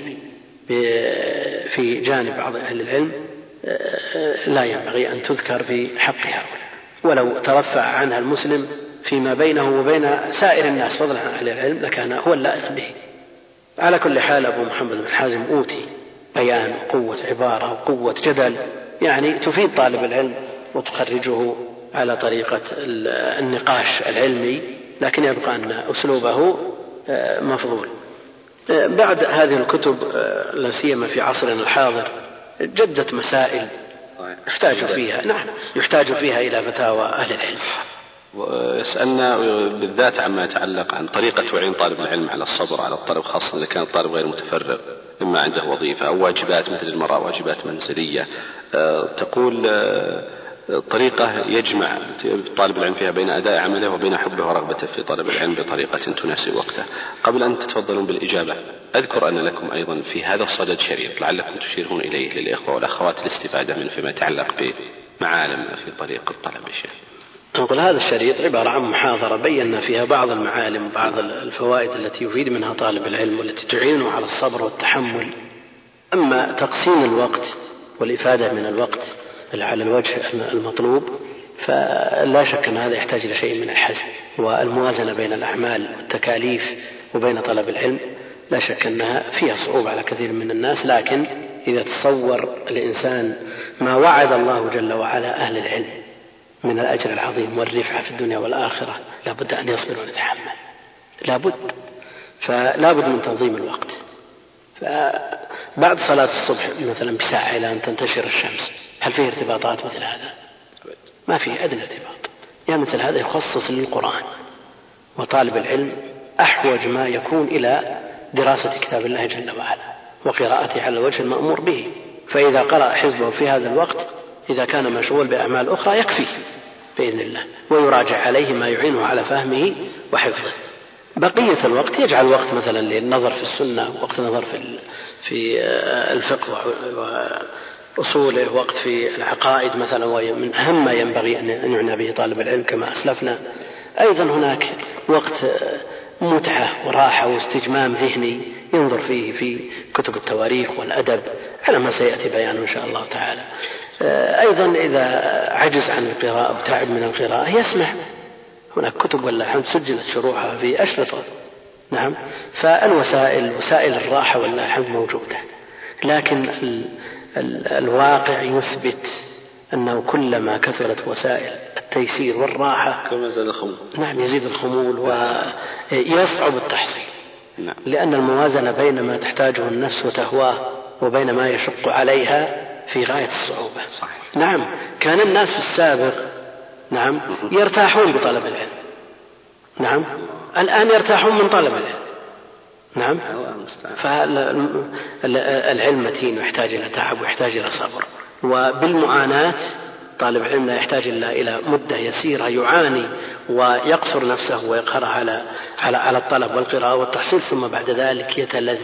C: في جانب بعض أهل العلم لا ينبغي أن تذكر في حق هؤلاء، ولو ترفع عنها المسلم فيما بينه وبين سائر الناس فضلا عن أهل العلم لكان هو اللائق به. على كل حال أبو محمد بن حازم أوتي بيان وقوة عبارة وقوة جدل يعني تفيد طالب العلم وتخرجه على طريقة النقاش العلمي، لكن يبقى أن أسلوبه مفضول. بعد هذه الكتب لا سيما في عصرنا الحاضر جدت مسائل يحتاج فيها إلى فتاوى أهل العلم.
B: ويسألنا بالذات عما يتعلق عن طريقة تعين طالب العلم على الصبر على الطلب، خاصة إذا كان الطالب غير متفرغ إما عنده وظيفة أو واجبات مثل المرأة واجبات منزلية. تقول طريقة يجمع طالب العلم فيها بين أداء عمله وبين حبه ورغبته في طلب العلم بطريقة تناسب وقته. قبل أن تتفضلون بالإجابة أذكر أن لكم أيضا في هذا الصدد شريط لعلكم تشيرون إليه للإخوة والأخوات الاستفادة منه فيما يتعلق بمعالم في طريق الطلب. الشيخ
C: أقول هذا الشريط عبارة عن محاضرة بينا فيها بعض المعالم وبعض الفوائد التي يفيد منها طالب العلم والتي تعينه على الصبر والتحمل. أما تقسيم الوقت والإفادة من الوقت على الوجه المطلوب فلا شك أن هذا يحتاج إلى شيء من الحزم والموازنة بين الأعمال والتكاليف وبين طلب العلم. لا شك أنها فيها صعوبة على كثير من الناس، لكن إذا تصور الإنسان ما وعد الله جل وعلا أهل العلم من الأجر العظيم والرفعة في الدنيا والآخرة لابد أن يصبر ويتحمل، فلابد من تنظيم الوقت. فبعد صلاة الصبح مثلا بساعة إلى أن تنتشر الشمس هل فيه ارتباطات مثل هذا؟ ما فيه أدنى ارتباط. يعني مثل هذا يخصص للقرآن، وطالب العلم أحوج ما يكون إلى دراسة كتاب الله جل وعلا وقراءته على الوجه المأمور به، فإذا قرأ حزبه في هذا الوقت إذا كان مشغول بأعمال أخرى يكفي بإذن الله، ويراجع عليه ما يعينه على فهمه وحفظه. بقية الوقت يجعل وقت مثلا للنظر في السنة، وقت نظر في الفقه وأصوله، وقت في العقائد مثلا، ومن أهم ما ينبغي أن يعنى به طالب العلم كما أسلفنا. أيضا هناك وقت متعة وراحة واستجمام ذهني ينظر فيه في كتب التواريخ والأدب على ما سيأتي بيانه إن شاء الله تعالى. أيضا إذا عجز عن القراءة وتعب من القراءة يسمع، هناك كتب والله سجلت شروحها في أشرطة. نعم، فالوسائل وسائل الراحة والله موجودة، لكن الواقع يثبت أنه كلما كثرت وسائل التيسير والراحة
B: كما زاد الخمول.
C: نعم يزيد الخمول ويصعب التحصيل.
B: نعم.
C: لأن الموازنة بين ما تحتاجه النفس وتهواه وبين ما يشق عليها في غاية الصعوبة.
B: صحيح.
C: نعم، كان الناس في السابق نعم يرتاحون بطلب العلم، نعم الآن يرتاحون من طلب العلم. نعم، فالعلم متين ويحتاج إلى تعب ويحتاج إلى صبر، وبالمعاناة طالب العلم لا يحتاج إلا إلى مدة يسيرة يعاني ويقصر نفسه ويقهرها على الطلب والقراءة والتحصيل، ثم بعد ذلك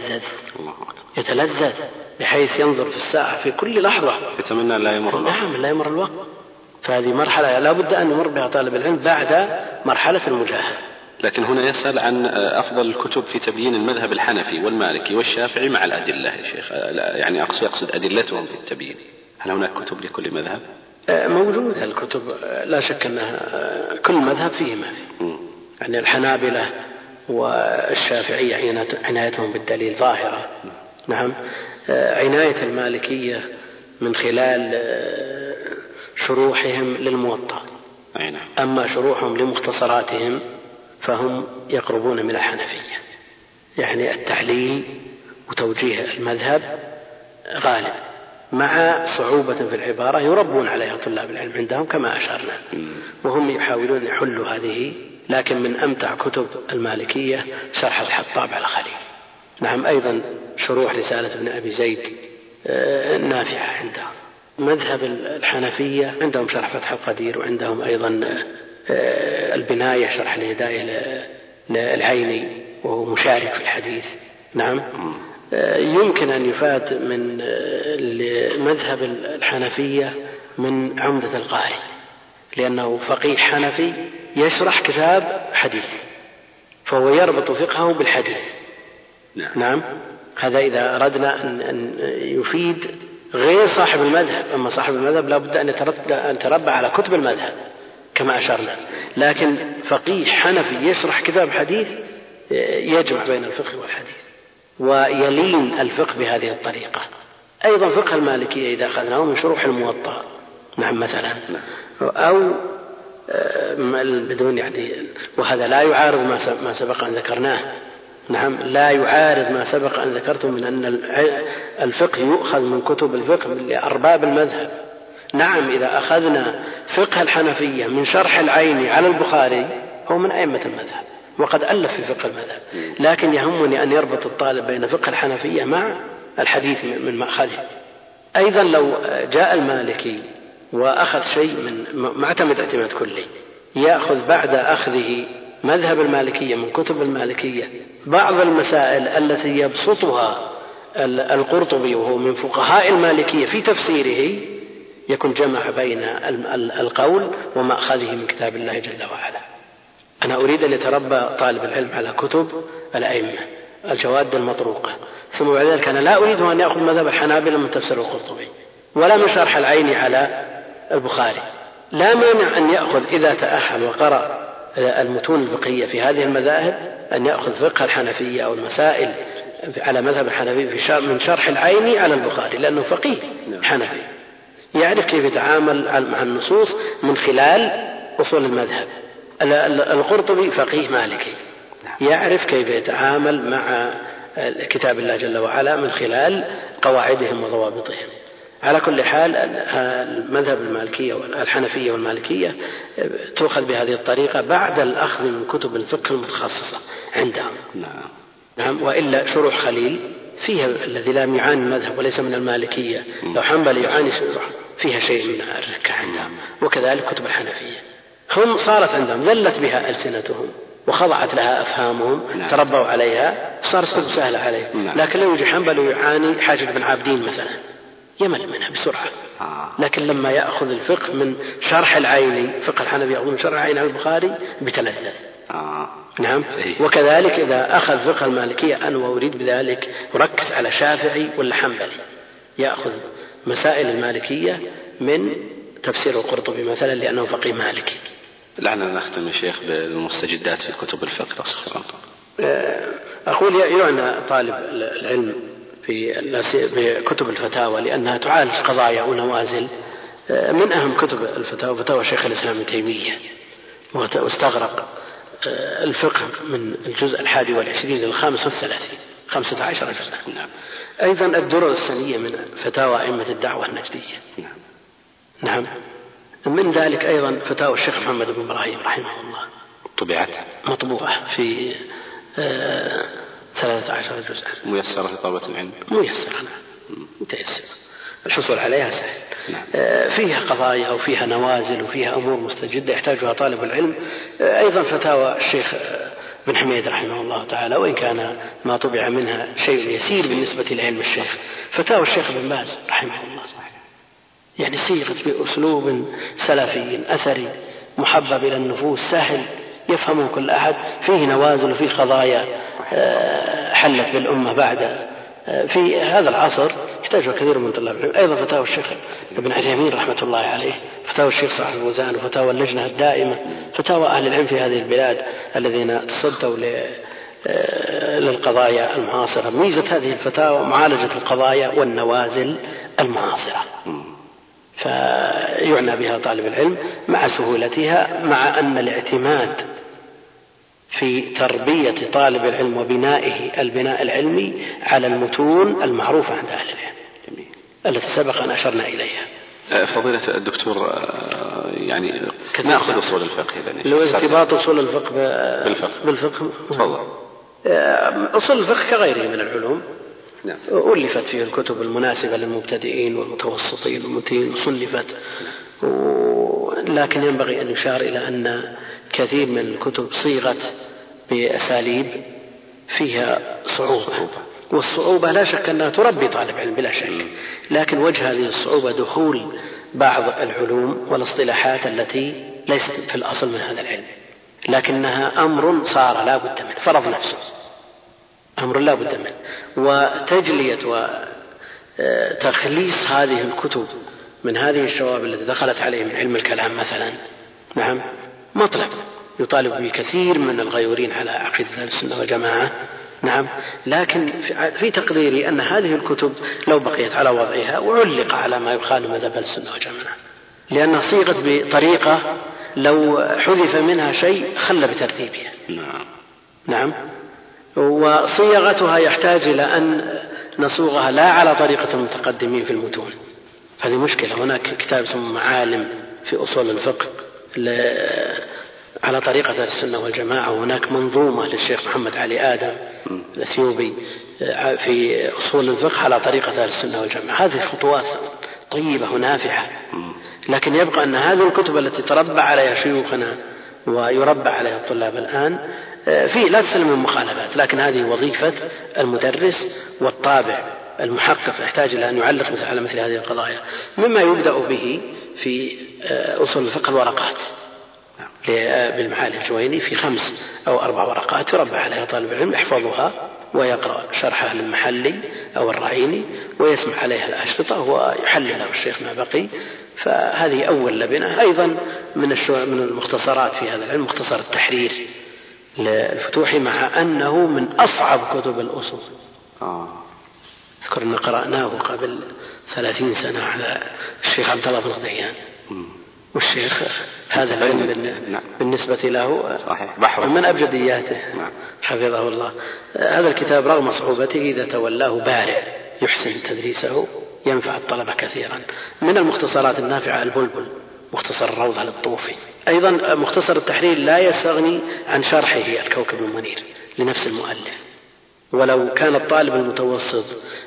C: يتلذذ بحيث ينظر في الساعة في كل لحظة
B: يتمنى لا يمر الوقت.
C: نعم، لا يمر الوقت. فهذه مرحلة لا بد أن يمر بها طالب العلم بعد مرحلة المجاهدة.
B: لكن هنا يسأل عن أفضل الكتب في تبيين المذهب الحنفي والمالكي والشافعي مع الأدلة يا شيخ، يعني يقصد أدلتهم في التبيين. هل هناك كتب لكل مذهب؟
C: موجودة الكتب، لا شك أنها كل مذهب فيه ما فيه. يعني الحنابلة والشافعية عنايتهم بالدليل ظاهرة. نعم، عناية المالكية من خلال شروحهم للموطأ. أما شروحهم لمختصراتهم فهم يقربون من الحنفية، يعني التعليل وتوجيه المذهب غالب مع صعوبة في العبارة يربون عليها طلاب العلم عندهم كما أشرنا، وهم يحاولون يحلوا هذه. لكن من أمتع كتب المالكية شرح الحطاب على خليل. نعم، أيضا شروح رسالة ابن أبي زيد نافعة عندهم. مذهب الحنفية عندهم شرح فتح القدير، وعندهم أيضا البناية شرح الهداية للعيني وهو مشارك في الحديث. نعم، يمكن أن يفاد من مذهب الحنفية من عمدة القاري، لأنه فقيه حنفي يشرح كتاب حديث، فهو يربط فقهه بالحديث. نعم، هذا إذا أردنا أن يفيد غير صاحب المذهب. أما صاحب المذهب لا بد أن يتربى على كتب المذهب كما أشرنا، لكن فقيه حنفي يشرح كتاب حديث يجمع بين الفقه والحديث ويلين الفقه بهذه الطريقة. أيضا فقه المالكية إذا أخذناه من شروح الموطأ، نعم مثلا، أو بدون وهذا لا يعارض ما سبق أن ذكرناه. نعم، لا يعارض ما سبق أن ذكرته من أن الفقه يؤخذ من كتب الفقه لأرباب المذهب. نعم، إذا أخذنا فقه الحنفية من شرح العيني على البخاري هو من أئمة المذهب وقد ألف في فقه المذهب، لكن يهمني أن يربط الطالب بين فقه الحنفية مع الحديث من مأخذه. أيضا لو جاء المالكي وأخذ شيء من معتمد اعتماد كلي، يأخذ بعد أخذه مذهب المالكية من كتب المالكية بعض المسائل التي يبسطها القرطبي وهو من فقهاء المالكية في تفسيره، يكون جمع بين القول ومأخذه من كتاب الله جل وعلا. أنا أريد أن يتربى طالب العلم على كتب الأئمة الجواد المطروقة، ثم بعد ذلك أنا لا أريد أن يأخذ مذهب الحنابلة من تفسير القرطبي ولا من شرح العيني على البخاري. لا مانع أن يأخذ إذا تأهل وقرأ المتون الفقهية في هذه المذاهب أن يأخذ فقه الحنفية أو المسائل على مذهب الحنفية من شرح العيني على البخاري، لأنه فقيه حنفي يعرف كيف يتعامل مع النصوص من خلال أصول المذهب. القرطبي فقيه مالكي يعرف كيف يتعامل مع كتاب الله جل وعلا من خلال قواعدهم وضوابطهم. على كل حال المذهب المالكية والحنفية والمالكية تؤخذ بهذه الطريقة بعد الأخذ من كتب الفقه المتخصصة عندهم. نعم، وإلا شروح خليل فيها الذي لا يعاني المذهب وليس من المالكية، لو حنبل يعاني فيها شيء من الركة عندهم، وكذلك كتب الحنفية هم صارت عندهم ذلت بها ألسنتهم وخضعت لها أفهامهم، تربوا عليها، صار كتب سهلة عليهم. لكن لو يجي حنبل يعاني حاجة بن عابدين مثلا يمل منها بسرعة، لكن لما يأخذ الفقه من شرح العيني، فقه الحنفي يأخذ من شرح العيني على البخاري بتلذذ. نعم، وكذلك إذا أخذ فقه المالكية أنا وأريد بذلك أركز على شافعي ولا حنبلي، يأخذ مسائل المالكية من تفسير القرطبي مثلا لأنه فقيه مالكي.
B: لعنا نختم الشيخ بالمستجدات في كتب الفقه.
C: أقول يعنى طالب العلم في كتب الفتاوى لأنها تعالج قضايا ونوازل. من أهم كتب الفتاوى فتاوى شيخ الإسلام ابن تيمية، واستغرق الفقه من الجزء 21 إلى 35 15 جزءا. أيضا الدرر السنية من فتاوى أئمة الدعوة النجدية. نعم، من ذلك أيضا فتاوى الشيخ محمد بن إبراهيم رحمه الله مطبوعة في 13 جزءا،
B: ميسرة لطلبة العلم،
C: ميسرة متيسر الحصول عليها سهل. فيها قضايا وفيها نوازل وفيها أمور مستجدة يحتاجها طالب العلم. أيضا فتاوى الشيخ بن حميد رحمه الله تعالى، وإن كان ما طبع منها شيء يسير بالنسبة لعلم الشيخ. فتاوى الشيخ بن باز رحمه الله يعني صيغت بأسلوب سلفي أثري محبب إلى النفوس سهل يفهمه كل أحد، فيه نوازل وفيه قضايا حلت بالأمة بعد في هذا العصر يحتاجها كثير من طلاب العلم. أيضا فتاوى الشيخ ابن عثيمين رحمة الله عليه، فتاوى الشيخ صاحب الوزان، وفتاوى اللجنة الدائمة، فتاوى أهل العلم في هذه البلاد الذين تصدوا للقضايا المعاصرة. ميزة هذه الفتاوى معالجة القضايا والنوازل المعاصرة، فيعنى بها طالب العلم مع سهولتها، مع أن الاعتماد في تربية طالب العلم وبنائه البناء العلمي على المتون المعروفة عند أهل العلم. التي سبق أن أشرنا إليها.
B: فضيلة الدكتور، يعني نأخذ أصول الفقه
C: لو ارتباط أصول الفقه بالفقه
B: تفضل.
C: أصول الفقه كغيره من العلوم ألفت فيه الكتب المناسبة للمبتدئين والمتوسطين والمتين وصنفت، لكن ينبغي أن يشار إلى أن كثير من الكتب صيغت بأساليب فيها صعوبة، والصعوبة لا شك أنها تربي طالب علم بلا شك، لكن وجه هذه الصعوبة دخول بعض العلوم والاصطلاحات التي ليست في الأصل من هذا العلم، لكنها أمر صار لا بد منه، فرض نفسه أمر لا بد منه. وتجلية وتخليص هذه الكتب من هذه الشوائب التي دخلت عليه من علم الكلام مثلا، نعم، مطلب يطالب به كثير من الغيورين على عقيدة أهل السنة والجماعة، نعم، لكن في تقديري أن هذه الكتب لو بقيت على وضعها وعلق على ما يخالف مذهب أهل السنة والجماعة، لأنها صيغت بطريقة لو حذف منها شيء خل بترتيبها، نعم، وصيغتها يحتاج إلى أن نصوغها لا على طريقة المتقدمين في المتون، هذه مشكلة. هناك كتاب اسمه معالم في أصول الفقه على طريقة السنة والجماعة، وهناك منظومة للشيخ محمد علي آدم الأثيوبي في أصول الفقه على طريقة السنة والجماعة. هذه خطوات طيبة ونافعة، لكن يبقى أن هذه الكتب التي تربى عليها شيوخنا ويربى عليها الطلاب الآن في لا تسلم من مخالفات، لكن هذه وظيفة المدرس والطابع المحقق يحتاج إلى أن يعلق على مثل هذه القضايا. مما يبدأ به في أصول الفقه الورقات بالمعالي الجويني في 5 أو 4 ورقات يربى عليها طالب العلم يحفظها ويقرأ شرحها للمحلي أو الرعيني ويسمع عليها الأشرطة ويحللها الشيخ ما بقي. فهذه أول لبنة. أيضا من المختصرات في هذا العلم مختصر التحرير للفتوحي، مع أنه من أصعب كتب الأصول. أذكر أن قرأناه قبل 30 سنة على الشيخ عبد الله بن غديان، والشيخ هذا العلم بالنسبة له من أبجدياته حفظه الله. هذا الكتاب رغم صعوبته إذا تولاه بارع يحسن تدريسه ينفع الطلبة كثيرا. من المختصرات النافعة البلبل، مختصر الروضة للطوفي. أيضا مختصر التحرير لا يستغني عن شرحه الكوكب المنير لنفس المؤلف، ولو كان الطالب المتوسط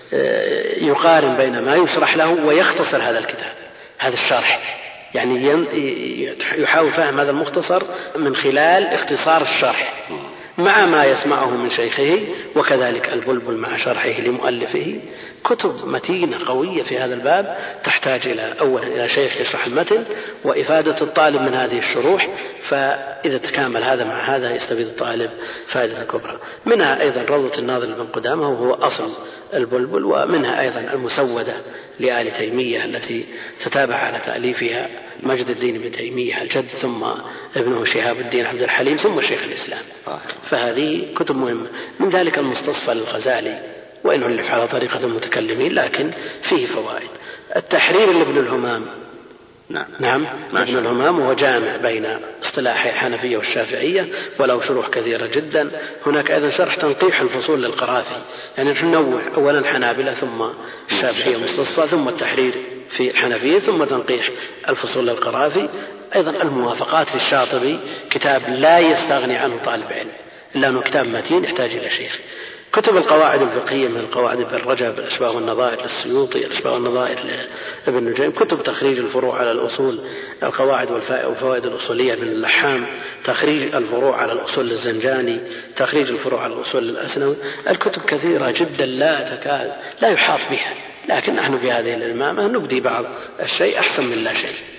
C: يقارن بين ما يشرح له ويختصر هذا الكتاب، هذا الشرح، يعني يحاول فهم هذا المختصر من خلال اختصار الشرح مع ما يسمعه من شيخه، وكذلك البلبل مع شرحه لمؤلفه. كتب متينة قوية في هذا الباب تحتاج أولا إلى شيخ يشرح المتن وإفادة الطالب من هذه الشروح، فإذا تكامل هذا مع هذا يستفيد الطالب فائدة كبرى. منها أيضا روضة الناظر بن قدامة وهو أصل البلبل، ومنها أيضا المسودة لآل تيمية التي تتابع على تأليفها مجد الدين بن تيمية الجد، ثم ابنه شهاب الدين عبد الحليم، ثم شيخ الإسلام. فهذه كتب مهمة. من ذلك المستصفى للغزالي، وإن ألف على طريقة المتكلمين لكن فيه فوائد. التحرير لابن الهمام، نعم ابن الهمام وهو جامع بين اصطلاح الحنفية والشافعية وله شروح كثيرة جدا. هناك أيضا شرح تنقيح الفصول للقرافي، يعني نحن ننوع أولا حنابلة ثم الشافعية مستصفى ثم التحرير في الحنفية ثم تنقيح الفصول للقرافي. أيضا الموافقات في الشاطبي كتاب لا يستغني عنه طالب علم إلا أنه كتاب متين يحتاج إلى شيخ. كتب القواعد الفقهية من القواعد ابن رجب، الأشباه والنظائر للسيوطي، الأشباه والنظائر لابن نجيم. كتب تخريج الفروع على الأصول، القواعد والفوائد الأصولية بن اللحام، تخريج الفروع على الأصول للزنجاني، تخريج الفروع على الأصول للأسنوي. الكتب كثيرة جدا لا يحاط بها، لكن نحن بهذه الإمامة نبدي بعض الشيء أحسن من لا شيء.